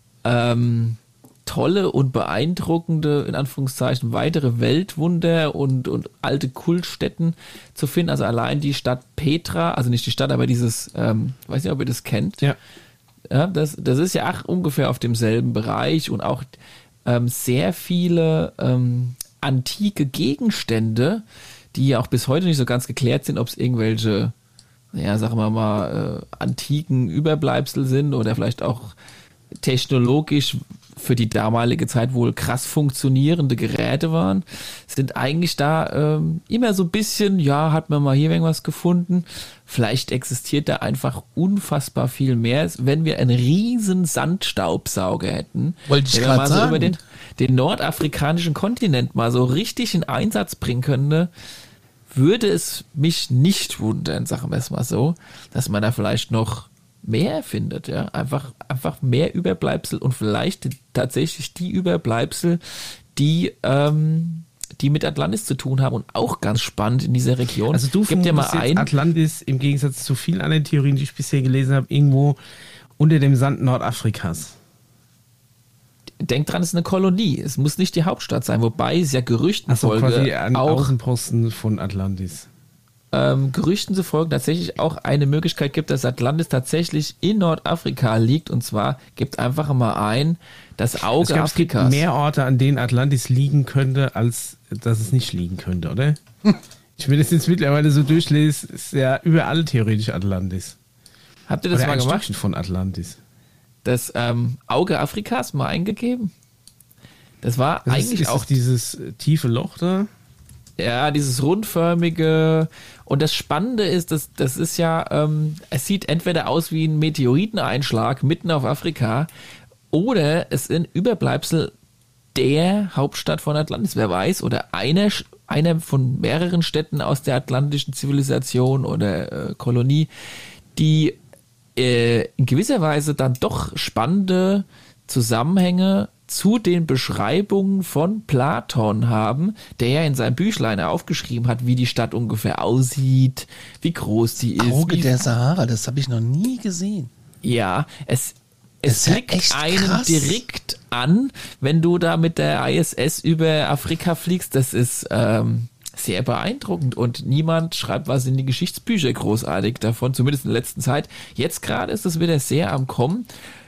tolle und beeindruckende, in Anführungszeichen, weitere Weltwunder und alte Kultstätten zu finden. Also allein die Stadt Petra, also nicht die Stadt, aber dieses, weiß nicht, ob ihr das kennt. Ja. Ja, das ist ja ungefähr auf demselben Bereich und auch sehr viele antike Gegenstände, die ja auch bis heute nicht so ganz geklärt sind, ob es irgendwelche, ja, sagen wir mal, antiken Überbleibsel sind oder vielleicht auch technologisch für die damalige Zeit wohl krass funktionierende Geräte waren, sind eigentlich da immer so ein bisschen, ja, hat man mal hier irgendwas gefunden. Vielleicht existiert da einfach unfassbar viel mehr. Wenn wir einen riesen Sandstaubsauger hätten, wollte ich der gerade mal so über den nordafrikanischen Kontinent mal so richtig in Einsatz bringen könnte, würde es mich nicht wundern, sagen wir es mal so, dass man da vielleicht noch mehr findet, ja, einfach mehr Überbleibsel und vielleicht tatsächlich die Überbleibsel, die mit Atlantis zu tun haben und auch ganz spannend in dieser Region. Also du gib dir mal ein, Atlantis im Gegensatz zu vielen anderen Theorien, die ich bisher gelesen habe, irgendwo unter dem Sand Nordafrikas. Denk dran, es ist eine Kolonie. Es muss nicht die Hauptstadt sein, wobei es ja Gerüchten quasi folge ein auch Außenposten von Atlantis. Gerüchten zufolge tatsächlich auch eine Möglichkeit gibt, dass Atlantis tatsächlich in Nordafrika liegt. Und zwar gibt einfach mal ein, das Auge Afrikas. Es gibt mehr Orte, an denen Atlantis liegen könnte, als dass es nicht liegen könnte, oder? Ich will das jetzt mittlerweile so durchlesen, ist ja überall theoretisch Atlantis. Habt ihr das oder mal ein gemacht? Stückchen von Atlantis. Das Auge Afrikas mal eingegeben? Das war Das eigentlich ist auch dieses tiefe Loch da. Ja, dieses rundförmige. Und das Spannende ist, das ist ja, es sieht entweder aus wie ein Meteoriteneinschlag mitten auf Afrika oder es sind Überbleibsel der Hauptstadt von Atlantis, wer weiß, oder einer von mehreren Städten aus der atlantischen Zivilisation oder Kolonie, die in gewisser Weise dann doch spannende Zusammenhänge zu den Beschreibungen von Platon haben, der ja in seinem Büchlein aufgeschrieben hat, wie die Stadt ungefähr aussieht, wie groß sie ist. Auge der Sahara, das habe ich noch nie gesehen. Ja, es ist ja liegt echt einem krass. direkt an, wenn du da mit der ISS über Afrika fliegst. Das ist sehr beeindruckend und niemand schreibt was in die Geschichtsbücher großartig davon, zumindest in der letzten Zeit. Jetzt gerade ist es wieder sehr am Kommen.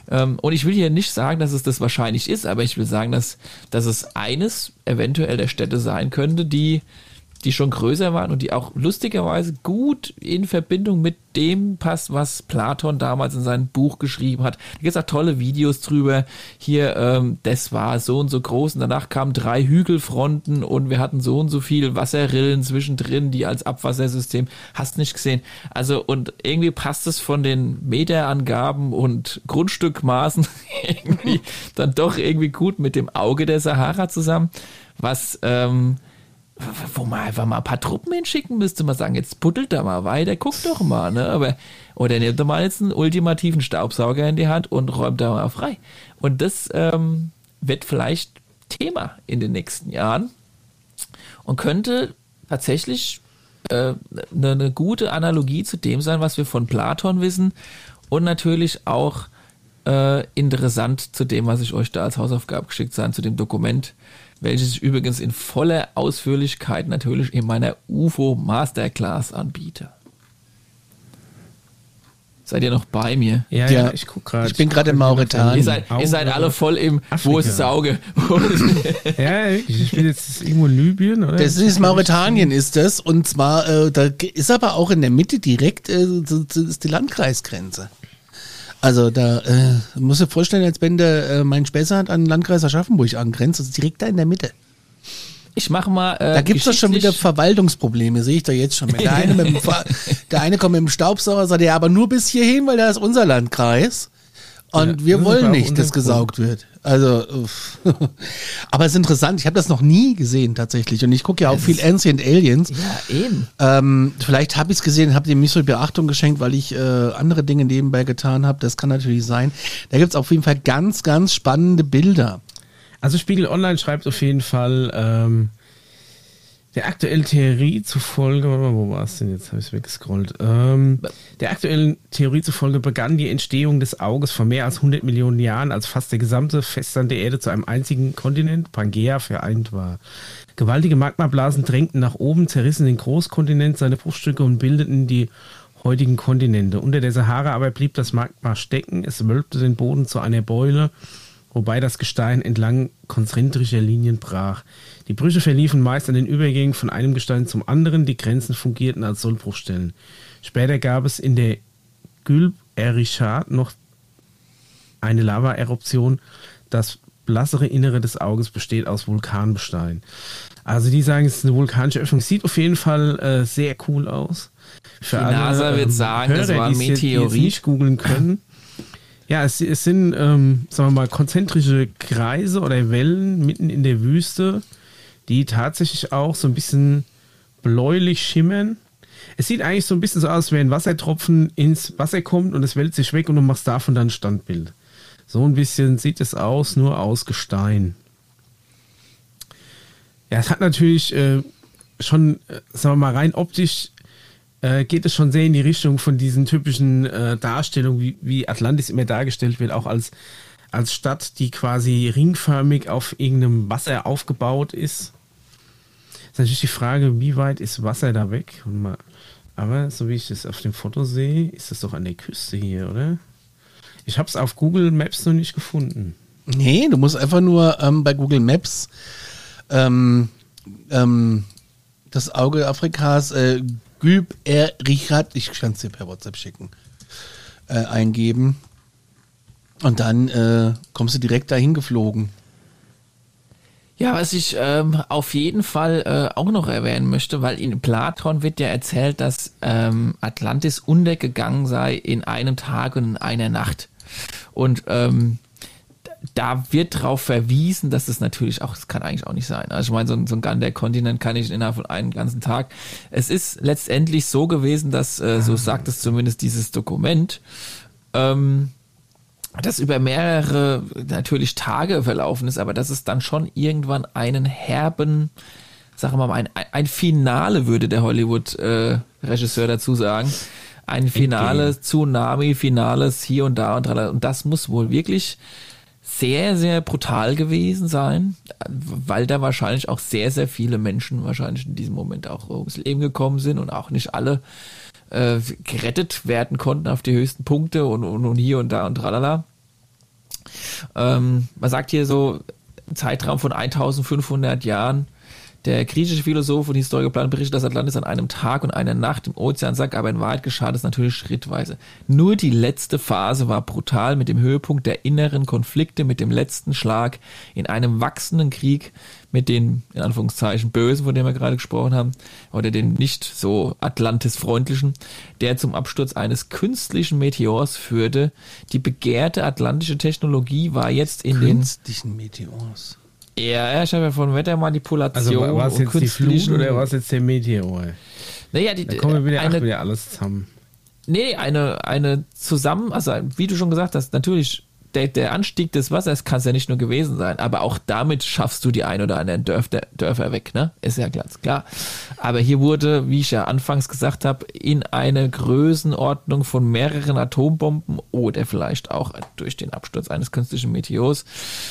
Und ich will hier nicht sagen, dass es das wahrscheinlich ist, aber ich will sagen, dass es eines eventuell der Städte sein könnte, die schon größer waren und die auch lustigerweise gut in Verbindung mit dem passt, was Platon damals in seinem Buch geschrieben hat. Da gibt es auch tolle Videos drüber. Hier, das war so und so groß und danach kamen 3 Hügelfronten und wir hatten so und so viel Wasserrillen zwischendrin, die als Abwassersystem, hast nicht gesehen. Also und irgendwie passt es von den Meterangaben und Grundstückmaßen irgendwie dann doch irgendwie gut mit dem Auge der Sahara zusammen, was wo man einfach mal ein paar Truppen hinschicken müsste, man sagen, jetzt puttelt da mal weiter, guckt doch mal, ne? Aber, oder nehmt doch mal jetzt einen ultimativen Staubsauger in die Hand und räumt da mal frei. Und das wird vielleicht Thema in den nächsten Jahren und könnte tatsächlich eine gute Analogie zu dem sein, was wir von Platon wissen und natürlich auch interessant zu dem, was ich euch da als Hausaufgabe geschickt habe, zu dem Dokument, welches ich übrigens in voller Ausführlichkeit natürlich in meiner UFO Masterclass anbiete. Seid ihr noch bei mir? Ja, ich gucke gerade. Ich bin gerade in Mauretanien. Ihr seid alle voll im Afrika. Wo ist das Auge? Ja, wirklich. Ich bin jetzt irgendwo in Libyen, oder? Das ist Mauretanien, ist das. Und zwar, da ist aber auch in der Mitte direkt ist die Landkreisgrenze. Also da muss ich vorstellen, als wenn der Main-Spessart an den Landkreis Aschaffenburg angrenzt, also direkt da in der Mitte. Ich mache mal da gibt es doch schon wieder Verwaltungsprobleme, sehe ich da jetzt schon. Der eine kommt mit dem Staubsauger, sagt ja, aber nur bis hierhin, weil da ist unser Landkreis. Und wir wollen nicht, dass gesaugt wird. Also, aber es ist interessant, ich habe das noch nie gesehen tatsächlich. Und ich gucke ja auch viel Ancient Aliens. Ja, eben. Vielleicht habe ich es gesehen, habe dem nicht so Beachtung geschenkt, weil ich andere Dinge nebenbei getan habe. Das kann natürlich sein. Da gibt es auf jeden Fall ganz, ganz spannende Bilder. Also Spiegel Online schreibt auf jeden Fall, der aktuellen Theorie zufolge, wo war es denn jetzt? Habe ich es weggescrollt. Der aktuellen Theorie zufolge begann die Entstehung des Auges vor mehr als 100 Millionen Jahren, als fast der gesamte Festland der Erde zu einem einzigen Kontinent, Pangea, vereint war. Gewaltige Magmablasen drängten nach oben, zerrissen den Großkontinent, seine Bruchstücke und bildeten die heutigen Kontinente. Unter der Sahara aber blieb das Magma stecken, es wölbte den Boden zu einer Beule, wobei das Gestein entlang konzentrischer Linien brach. Die Brüche verliefen meist an den Übergängen von einem Gestein zum anderen, die Grenzen fungierten als Sollbruchstellen. Später gab es in der Gulb Erichard noch eine Lava-Eruption. Das blassere Innere des Auges besteht aus Vulkanbestein. Also die sagen, es ist eine vulkanische Öffnung. Sieht auf jeden Fall sehr cool aus. Für die NASA wird sagen, Hörer, das war ein Meteorit. Die nicht googeln können. Ja, es sind, sagen wir mal, konzentrische Kreise oder Wellen mitten in der Wüste, die tatsächlich auch so ein bisschen bläulich schimmern. Es sieht eigentlich so ein bisschen so aus, als wenn ein Wassertropfen ins Wasser kommt und es wälzt sich weg und du machst davon dann ein Standbild. So ein bisschen sieht es aus, nur aus Gestein. Ja, es hat natürlich schon, sagen wir mal, rein optisch geht es schon sehr in die Richtung von diesen typischen Darstellungen, wie Atlantis immer dargestellt wird, auch als Stadt, die quasi ringförmig auf irgendeinem Wasser aufgebaut ist. Das ist natürlich die Frage, wie weit ist Wasser da weg? Aber so wie ich das auf dem Foto sehe, ist das doch an der Küste hier, oder? Ich habe es auf Google Maps noch nicht gefunden. Nee, du musst einfach nur bei Google Maps das Auge Afrikas Gulb Erichard, ich kann es dir per WhatsApp schicken, eingeben. Und dann kommst du direkt dahin geflogen. Ja, was ich auf jeden Fall auch noch erwähnen möchte, weil in Platon wird ja erzählt, dass Atlantis untergegangen sei in einem Tag und in einer Nacht. Und da wird darauf verwiesen, dass es natürlich auch, das kann eigentlich auch nicht sein. Also ich meine, so ein ganzer Kontinent kann nicht innerhalb von einem ganzen Tag. Es ist letztendlich so gewesen, dass, so sagt es zumindest dieses Dokument, das über mehrere natürlich Tage verlaufen ist, aber dass es dann schon irgendwann einen herben, sagen wir mal, ein Finale, würde der Hollywood-Regisseur dazu sagen. Ein Finale, Tsunami, Finales hier und da und das muss wohl wirklich sehr, sehr brutal gewesen sein, weil da wahrscheinlich auch sehr, sehr viele Menschen wahrscheinlich in diesem Moment auch ums Leben gekommen sind und auch nicht alle gerettet werden konnten auf die höchsten Punkte und hier und da und tralala. Man sagt hier so, ein Zeitraum von 1500 Jahren. Der griechische Philosoph und Historiker Platon berichtet, dass Atlantis an einem Tag und einer Nacht im Ozean sank, aber in Wahrheit geschah das natürlich schrittweise. Nur die letzte Phase war brutal mit dem Höhepunkt der inneren Konflikte, mit dem letzten Schlag in einem wachsenden Krieg mit den, in Anführungszeichen, Bösen, von denen wir gerade gesprochen haben, oder den nicht so Atlantis-freundlichen, der zum Absturz eines künstlichen Meteors führte. Die begehrte atlantische Technologie war jetzt in den... Künstlichen Meteors? Ja, ich habe ja von Wettermanipulation also war es jetzt die Flut oder war es jetzt der Meteor? Naja, da kommen wir wieder alles zusammen. Nee, eine zusammen, also wie du schon gesagt hast, natürlich, der Anstieg des Wassers kann es ja nicht nur gewesen sein, aber auch damit schaffst du die ein oder anderen Dörfer weg, ne? Ist ja ganz klar. Aber hier wurde, wie ich ja anfangs gesagt habe, in eine Größenordnung von mehreren Atombomben oder vielleicht auch durch den Absturz eines künstlichen Meteors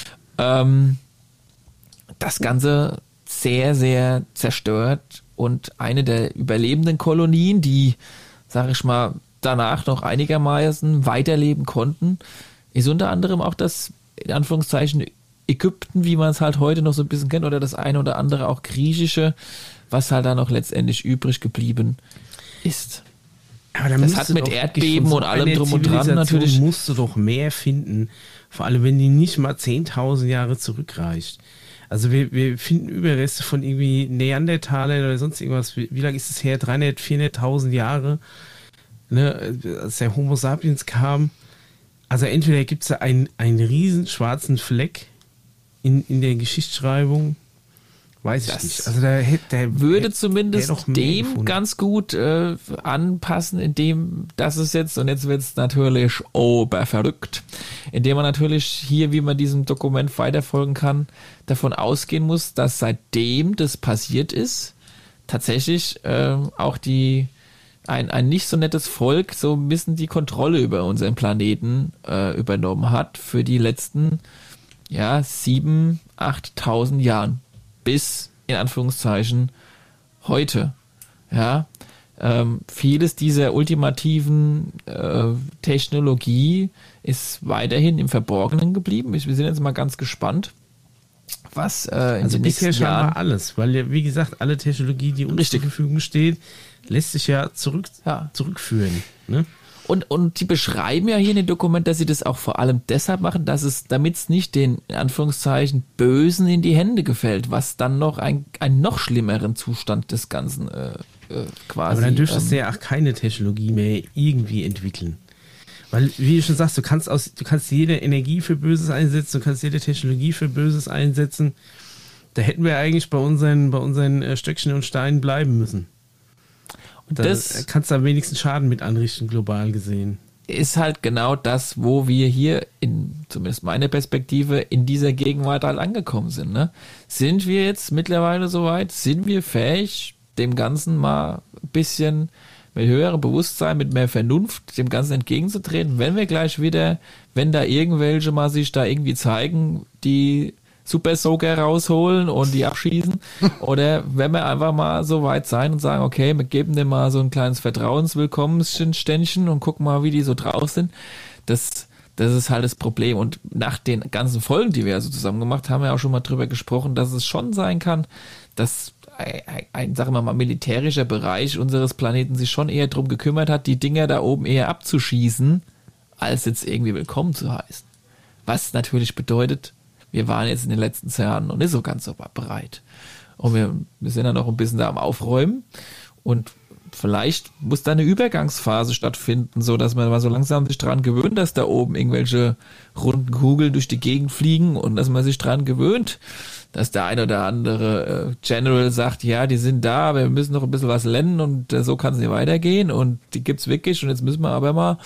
das Ganze sehr, sehr zerstört, und eine der überlebenden Kolonien, die, sag ich mal, danach noch einigermaßen weiterleben konnten, ist unter anderem auch das, in Anführungszeichen, Ägypten, wie man es halt heute noch so ein bisschen kennt, oder das eine oder andere auch griechische, was halt da noch letztendlich übrig geblieben ist. Aber das hat mit Erdbeben und allem drum und dran natürlich... musst du doch mehr finden, vor allem wenn die nicht mal 10.000 Jahre zurückreicht. Also wir finden Überreste von irgendwie Neandertalern oder sonst irgendwas. Wie lange ist es her? 300.000, 400.000 Jahre, ne, als der Homo sapiens kam. Also entweder gibt es da einen riesen schwarzen Fleck in der Geschichtsschreibung, weiß ich nicht. Also der würde zumindest dem gefunden. Ganz gut anpassen, indem das ist jetzt, und jetzt wird es natürlich oberverrückt, indem man natürlich hier, wie man diesem Dokument weiterfolgen kann, davon ausgehen muss, dass seitdem das passiert ist, tatsächlich auch ein nicht so nettes Volk so ein bisschen die Kontrolle über unseren Planeten übernommen hat für die letzten 7.000, 8.000 Jahren. Bis, in Anführungszeichen, heute. Ja, vieles dieser ultimativen Technologie ist weiterhin im Verborgenen geblieben. Wir sind jetzt mal ganz gespannt, was in den nächsten Jahren... schon mal alles, weil ja, wie gesagt, alle Technologie, die uns zur Verfügung steht, lässt sich ja zurückführen. Ne? Und die beschreiben ja hier in dem Dokument, dass sie das auch vor allem deshalb machen, damit es nicht den, in Anführungszeichen, Bösen in die Hände gefällt, was dann noch einen noch schlimmeren Zustand des Ganzen quasi... Aber dann dürftest du ja auch keine Technologie mehr irgendwie entwickeln. Weil, wie du schon sagst, du kannst jede Energie für Böses einsetzen, du kannst jede Technologie für Böses einsetzen. Da hätten wir eigentlich bei unseren Stöckchen und Steinen bleiben müssen. Und da kannst du am wenigsten Schaden mit anrichten, global gesehen. Ist halt genau das, wo wir hier, zumindest meine Perspektive, in dieser Gegenwart halt angekommen sind. Ne? Sind wir jetzt mittlerweile soweit? Sind wir fähig, dem Ganzen mal ein bisschen mit höherem Bewusstsein, mit mehr Vernunft dem Ganzen entgegenzutreten? Wenn wir gleich wieder, wenn da irgendwelche mal sich da irgendwie zeigen, die Super Soaker rausholen und die abschießen, oder wenn wir einfach mal so weit sein und sagen, okay, wir geben dem mal so ein kleines Vertrauenswillkommensständchen und gucken mal, wie die so drauf sind. Das ist halt das Problem. Und nach den ganzen Folgen, die wir also zusammen gemacht haben, wir auch schon mal drüber gesprochen, dass es schon sein kann, dass ein, sagen wir mal, militärischer Bereich unseres Planeten sich schon eher darum gekümmert hat, die Dinger da oben eher abzuschießen, als jetzt irgendwie willkommen zu heißen. Was natürlich bedeutet, wir waren jetzt in den letzten 10 Jahren noch nicht so ganz so bereit. Und wir sind dann noch ein bisschen da am Aufräumen. Und vielleicht muss da eine Übergangsphase stattfinden, so dass man mal so langsam sich dran gewöhnt, dass da oben irgendwelche runden Kugeln durch die Gegend fliegen, und dass man sich dran gewöhnt, dass der ein oder andere General sagt, ja, die sind da, aber wir müssen noch ein bisschen was lernen, und so kann es nicht weitergehen, und die gibt's wirklich, und jetzt müssen wir aber mal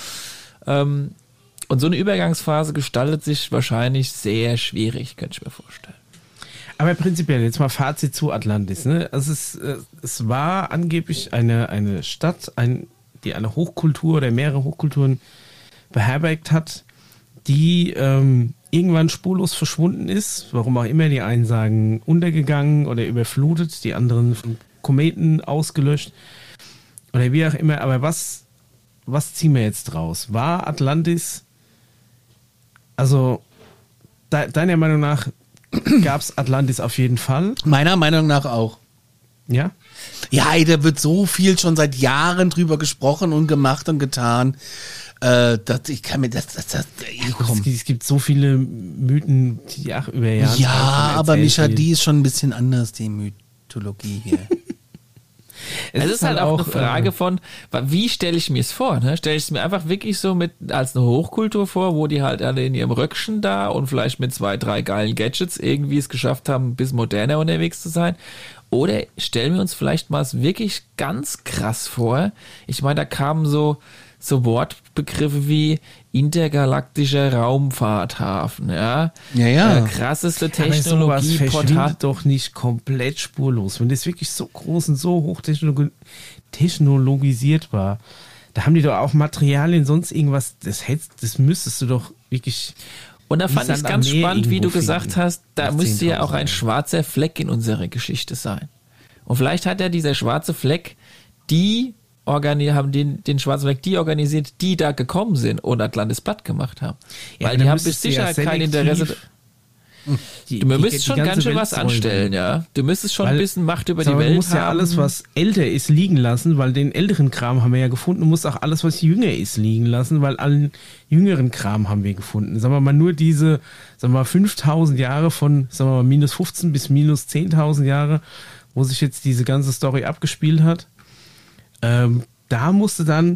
und so eine Übergangsphase gestaltet sich wahrscheinlich sehr schwierig, könnte ich mir vorstellen. Aber prinzipiell, jetzt mal Fazit zu Atlantis. Ne? Also es war angeblich eine Stadt, die eine Hochkultur oder mehrere Hochkulturen beherbergt hat, die irgendwann spurlos verschwunden ist. Warum auch immer, die einen sagen untergegangen oder überflutet, die anderen von Kometen ausgelöscht oder wie auch immer. Aber was ziehen wir jetzt draus? War Atlantis... Also deiner Meinung nach gab es Atlantis auf jeden Fall? Meiner Meinung nach auch. Ja? Ja, da wird so viel schon seit Jahren drüber gesprochen und gemacht und getan. Ich kann mir es gibt so viele Mythen, die auch über Jahre. Ja, aber Micha, die ist schon ein bisschen anders, die Mythologie hier. Es ist halt auch eine Frage von, wie stelle ich mir es vor? Ne? Stelle ich es mir einfach wirklich so als eine Hochkultur vor, wo die halt alle in ihrem Röckchen da und vielleicht mit 2, 3 geilen Gadgets irgendwie es geschafft haben, ein bisschen moderner unterwegs zu sein? Oder stellen wir uns vielleicht mal es wirklich ganz krass vor? Ich meine, da kamen so Wortbegriffe wie intergalaktischer Raumfahrthafen, ja. Krasseste Technologie, verschwindet doch nicht komplett spurlos. Wenn das wirklich so groß und so hoch technologisiert war, da haben die doch auch Materialien, sonst irgendwas, das müsstest du doch wirklich. Und da fand ich es ganz spannend, wie du gesagt hast, da müsste ja auch ein schwarzer Fleck in unserer Geschichte sein. Und vielleicht hat ja dieser schwarze Fleck haben den schwarzen Fleck die organisiert, die da gekommen sind und Atlantis platt gemacht haben. Ja, weil die haben mit Sicherheit kein Interesse. Du müsstest schon ganz schön was anstellen, ja. Du müsstest schon ein bisschen Macht über die Welt haben. Du musst ja alles, was älter ist, liegen lassen, weil den älteren Kram haben wir ja gefunden. Du musst auch alles, was jünger ist, liegen lassen, weil allen jüngeren Kram haben wir gefunden. Sagen wir mal, nur diese, 5000 Jahre von, minus 15 bis minus 10.000 Jahre, wo sich jetzt diese ganze Story abgespielt hat. Da musste dann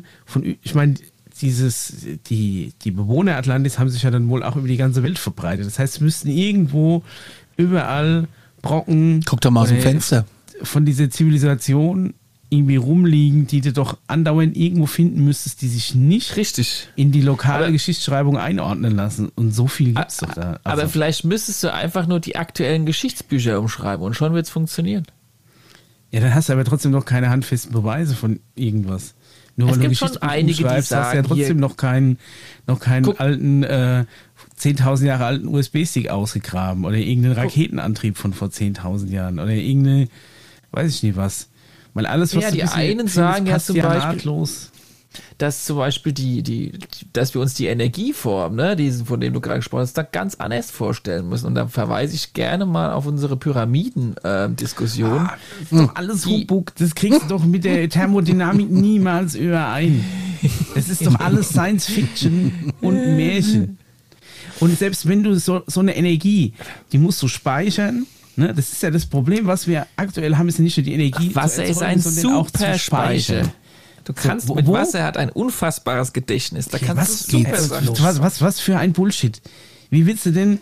die Bewohner Atlantis haben sich ja dann wohl auch über die ganze Welt verbreitet. Das heißt, es müssten irgendwo überall Brocken. Guck doch mal aus dem Fenster. Von dieser Zivilisation irgendwie rumliegen, die du doch andauernd irgendwo finden müsstest, die sich nicht richtig in die lokale Geschichtsschreibung einordnen lassen. Und so viel gibt es doch da. Also. Aber vielleicht müsstest du einfach nur die aktuellen Geschichtsbücher umschreiben und schon wird es funktionieren. Ja, dann hast du aber trotzdem noch keine handfesten Beweise von irgendwas. Nur weil du Geschichtsbuch schreibst, hast du ja trotzdem noch keinen alten, 10.000 Jahre alten USB-Stick ausgegraben oder irgendeinen Raketenantrieb von vor 10.000 Jahren oder irgendeine, weiß ich nicht was. Weil alles, was ja, die einen sagen ja zum Beispiel, nahtlos. Dass zum Beispiel dass wir uns die Energieform, ne, von dem du gerade gesprochen hast, da ganz anders vorstellen müssen. Und da verweise ich gerne mal auf unsere Pyramiden-Diskussion. Das ist doch alles Humbug. Das kriegst du doch mit der Thermodynamik niemals überein. Das ist doch alles Science Fiction und Märchen. Und selbst wenn du so eine Energie, die musst du speichern. Ne, das ist ja das Problem, was wir aktuell haben, ist nicht nur die Energie. Wasser ist ein Superspeicher. Du kannst mit Wasser, hat ein unfassbares Gedächtnis. Da kannst du super Sachen. Was für ein Bullshit. Wie willst du denn?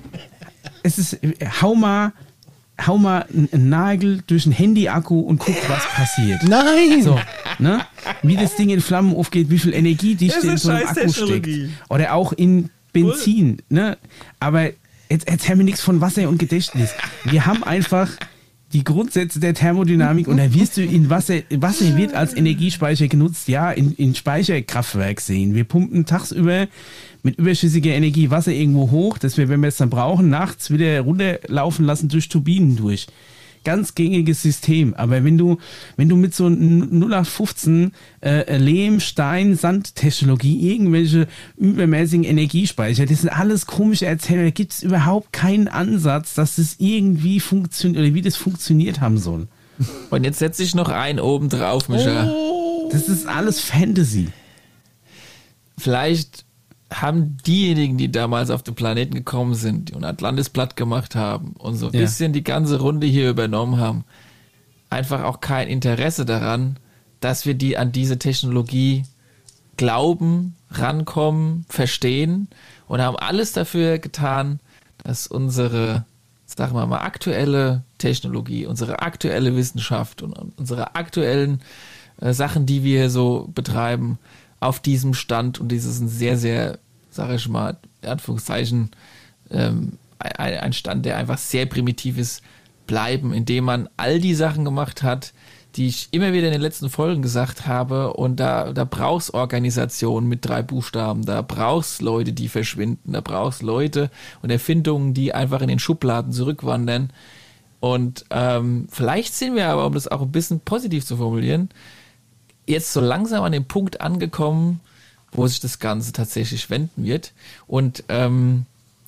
Hau mal einen Nagel durch einen Handy-Akku und guck, was passiert. Nein! So, ne? Wie das Ding in Flammen aufgeht, wie viel Energiedichte in so einem Akku steckt. Oder auch in Benzin. Ne? Aber jetzt erzähl mir nichts von Wasser und Gedächtnis. Wir haben einfach die Grundsätze der Thermodynamik und da wirst du in Wasser wird als Energiespeicher genutzt, ja, in Speicherkraftwerk sehen. Wir pumpen tagsüber mit überschüssiger Energie Wasser irgendwo hoch, dass wir, wenn wir es dann brauchen, nachts wieder runterlaufen lassen durch Turbinen durch. Ganz gängiges System. Aber wenn du mit so 0815 Lehm, Stein, Sandtechnologie irgendwelche übermäßigen Energiespeicher, das sind alles komische Erzählungen, da gibt es überhaupt keinen Ansatz, dass das irgendwie funktioniert oder wie das funktioniert haben soll. Und jetzt setze ich noch einen oben drauf, Micha. Das ist alles Fantasy. Vielleicht haben diejenigen, die damals auf den Planeten gekommen sind und Atlantis platt gemacht haben und so ein bisschen die ganze Runde hier übernommen haben, einfach auch kein Interesse daran, dass wir an diese Technologie glauben, rankommen, verstehen und haben alles dafür getan, dass unsere, sagen wir mal, aktuelle Technologie, unsere aktuelle Wissenschaft und unsere aktuellen Sachen, die wir so betreiben, auf diesem Stand, und dieses ist ein sehr, sehr, sage ich mal, in Anführungszeichen, ein Stand, der einfach sehr primitiv ist, bleiben, indem man all die Sachen gemacht hat, die ich immer wieder in den letzten Folgen gesagt habe, und da brauchst Organisationen mit 3 Buchstaben, da brauchst Leute, die verschwinden, da brauchst Leute und Erfindungen, die einfach in den Schubladen zurückwandern, und vielleicht sind wir aber, um das auch ein bisschen positiv zu formulieren, jetzt so langsam an dem Punkt angekommen, wo sich das Ganze tatsächlich wenden wird. Und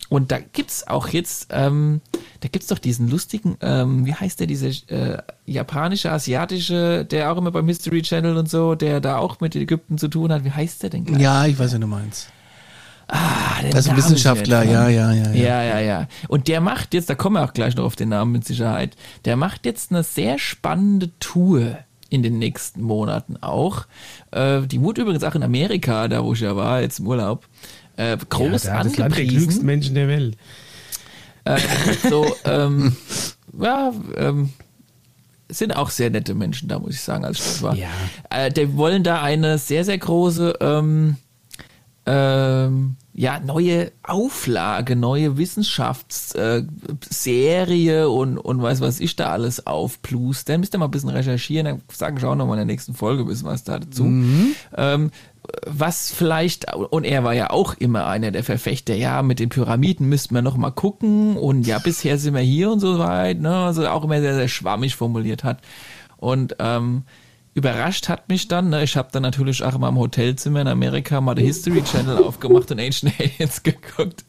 Und da gibt's auch jetzt, da gibt's doch diesen lustigen, wie heißt der, dieser japanische, asiatische, der auch immer beim History Channel und so, der da auch mit Ägypten zu tun hat. Wie heißt der denn gleich? Ja, ich weiß, was du meinst. Das ist ein Wissenschaftler, ja. Und der macht jetzt, da kommen wir auch gleich noch auf den Namen mit Sicherheit, der macht jetzt eine sehr spannende Tour in den nächsten Monaten auch. Die wurde übrigens auch in Amerika, da wo ich ja war, jetzt im Urlaub, groß ja, angepriesen. Das Land der klügsten Menschen der Welt. Sind auch sehr nette Menschen da, muss ich sagen, als ich dort war. Ja. Die wollen da eine sehr, sehr große neue Auflage, neue Wissenschaftsserie und weiß was ich da alles aufplustern. Müsst ihr mal ein bisschen recherchieren, dann sage ich auch noch mal in der nächsten Folge ein bisschen was da dazu. Was vielleicht, und er war ja auch immer einer der Verfechter, ja, mit den Pyramiden müssten wir noch mal gucken und ja, bisher sind wir hier und so weit, ne, also auch immer sehr, sehr schwammig formuliert hat. Und überrascht hat mich dann, ne, ich habe dann natürlich auch mal im Hotelzimmer in Amerika mal den History Channel aufgemacht und Ancient Aliens geguckt.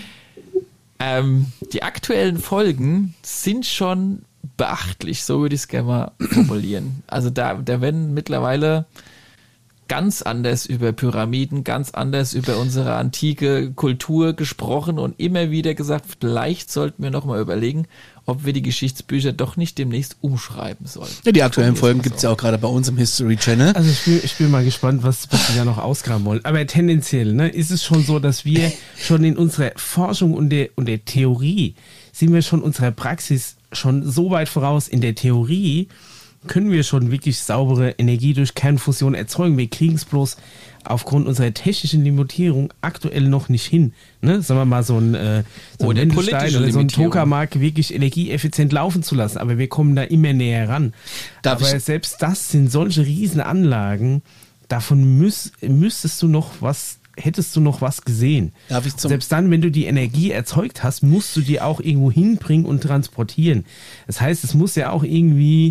Die aktuellen Folgen sind schon beachtlich, so würde ich es gerne mal formulieren. Also da werden mittlerweile ganz anders über Pyramiden, ganz anders über unsere antike Kultur gesprochen und immer wieder gesagt, vielleicht sollten wir noch mal überlegen, ob wir die Geschichtsbücher doch nicht demnächst umschreiben sollen. Ja, die aktuellen Folgen gibt es ja auch gerade bei uns im History Channel. Also ich bin mal gespannt, was Sie da noch ausgraben wollen. Aber tendenziell, ne, ist es schon so, dass wir schon in unserer Forschung und der Theorie sind wir schon unserer Praxis schon so weit voraus. In der Theorie können wir schon wirklich saubere Energie durch Kernfusion erzeugen. Wir kriegen es bloß aufgrund unserer technischen Limitierung aktuell noch nicht hin. Ne? Sagen wir mal, so ein Wendelstein oder so ein Tokamak wirklich energieeffizient laufen zu lassen. Aber wir kommen da immer näher ran. Aber selbst das sind solche Riesenanlagen, davon hättest du noch was gesehen. Selbst dann, wenn du die Energie erzeugt hast, musst du die auch irgendwo hinbringen und transportieren. Das heißt, es muss ja auch irgendwie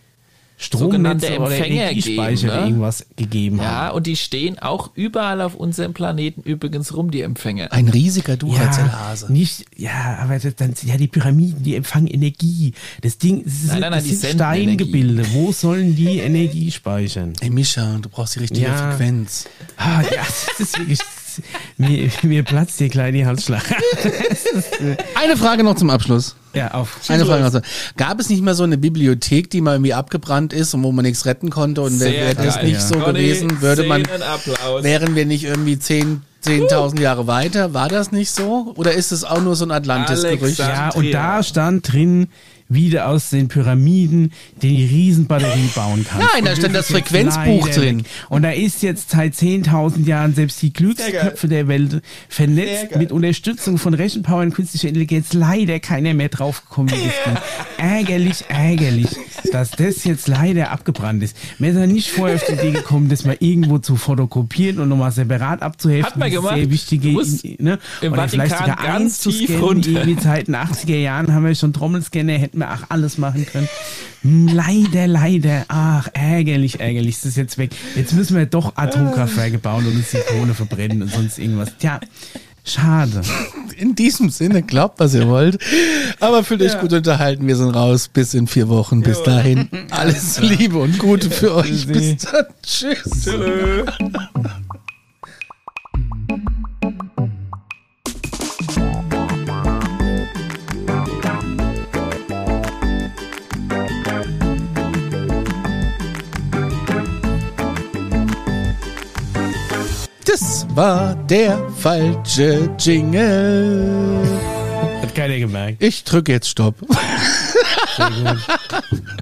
Stromnetze oder Energiespeicher oder irgendwas gegeben haben. Ja, und die stehen auch überall auf unserem Planeten übrigens rum, die Empfänger. Ein riesiger Duracell-Hase. Aber die Pyramiden, die empfangen Energie. Das Ding, das sind Steingebilde. Energie. Wo sollen die Energie speichern? Ey, Mischa, du brauchst die richtige Frequenz. Das ist wirklich... Mir platzt hier gleich die Halsschlagader. Eine Frage noch zum Abschluss. Ja, Eine Frage noch. Gab es nicht mal so eine Bibliothek, die mal irgendwie abgebrannt ist und wo man nichts retten konnte und wäre das nicht so gewesen, wären wir nicht irgendwie 10.000 Jahre weiter? War das nicht so? Oder ist es auch nur so ein Atlantis-Gerücht? Ja, und da stand drin, wie du aus den Pyramiden die Riesenbatterie bauen kannst. Nein, da stand das Frequenzbuch drin. Und da ist jetzt seit 10.000 Jahren selbst die Glücksköpfe der Welt vernetzt mit Unterstützung von Rechenpower und künstlicher Intelligenz leider keiner mehr draufgekommen ist. Ärgerlich, dass das jetzt leider abgebrannt ist. Mir ist ja nicht vorher auf die Idee gekommen, das mal irgendwo zu fotokopieren und nochmal separat abzuheften. Hat man gemacht. Sehr wichtige, ne? Oder vielleicht sogar einzuscannen. In Zeit den 80er Jahren haben wir schon Trommelscanner, hätten wir auch alles machen können. Leider. Ach, ärgerlich. Das ist jetzt weg. Jetzt müssen wir doch Atomkraftwerke bauen und uns die Kohle verbrennen und sonst irgendwas. Tja, schade. In diesem Sinne, glaubt, was ihr wollt. Aber fühlt euch gut unterhalten. Wir sind raus. Bis in 4 Wochen. Bis dahin. Alles Liebe und Gute für euch. Bis dann. Tschüss. Tschüss. Das war der falsche Jingle. Hat keiner gemerkt. Ich drücke jetzt Stopp. Sehr gut.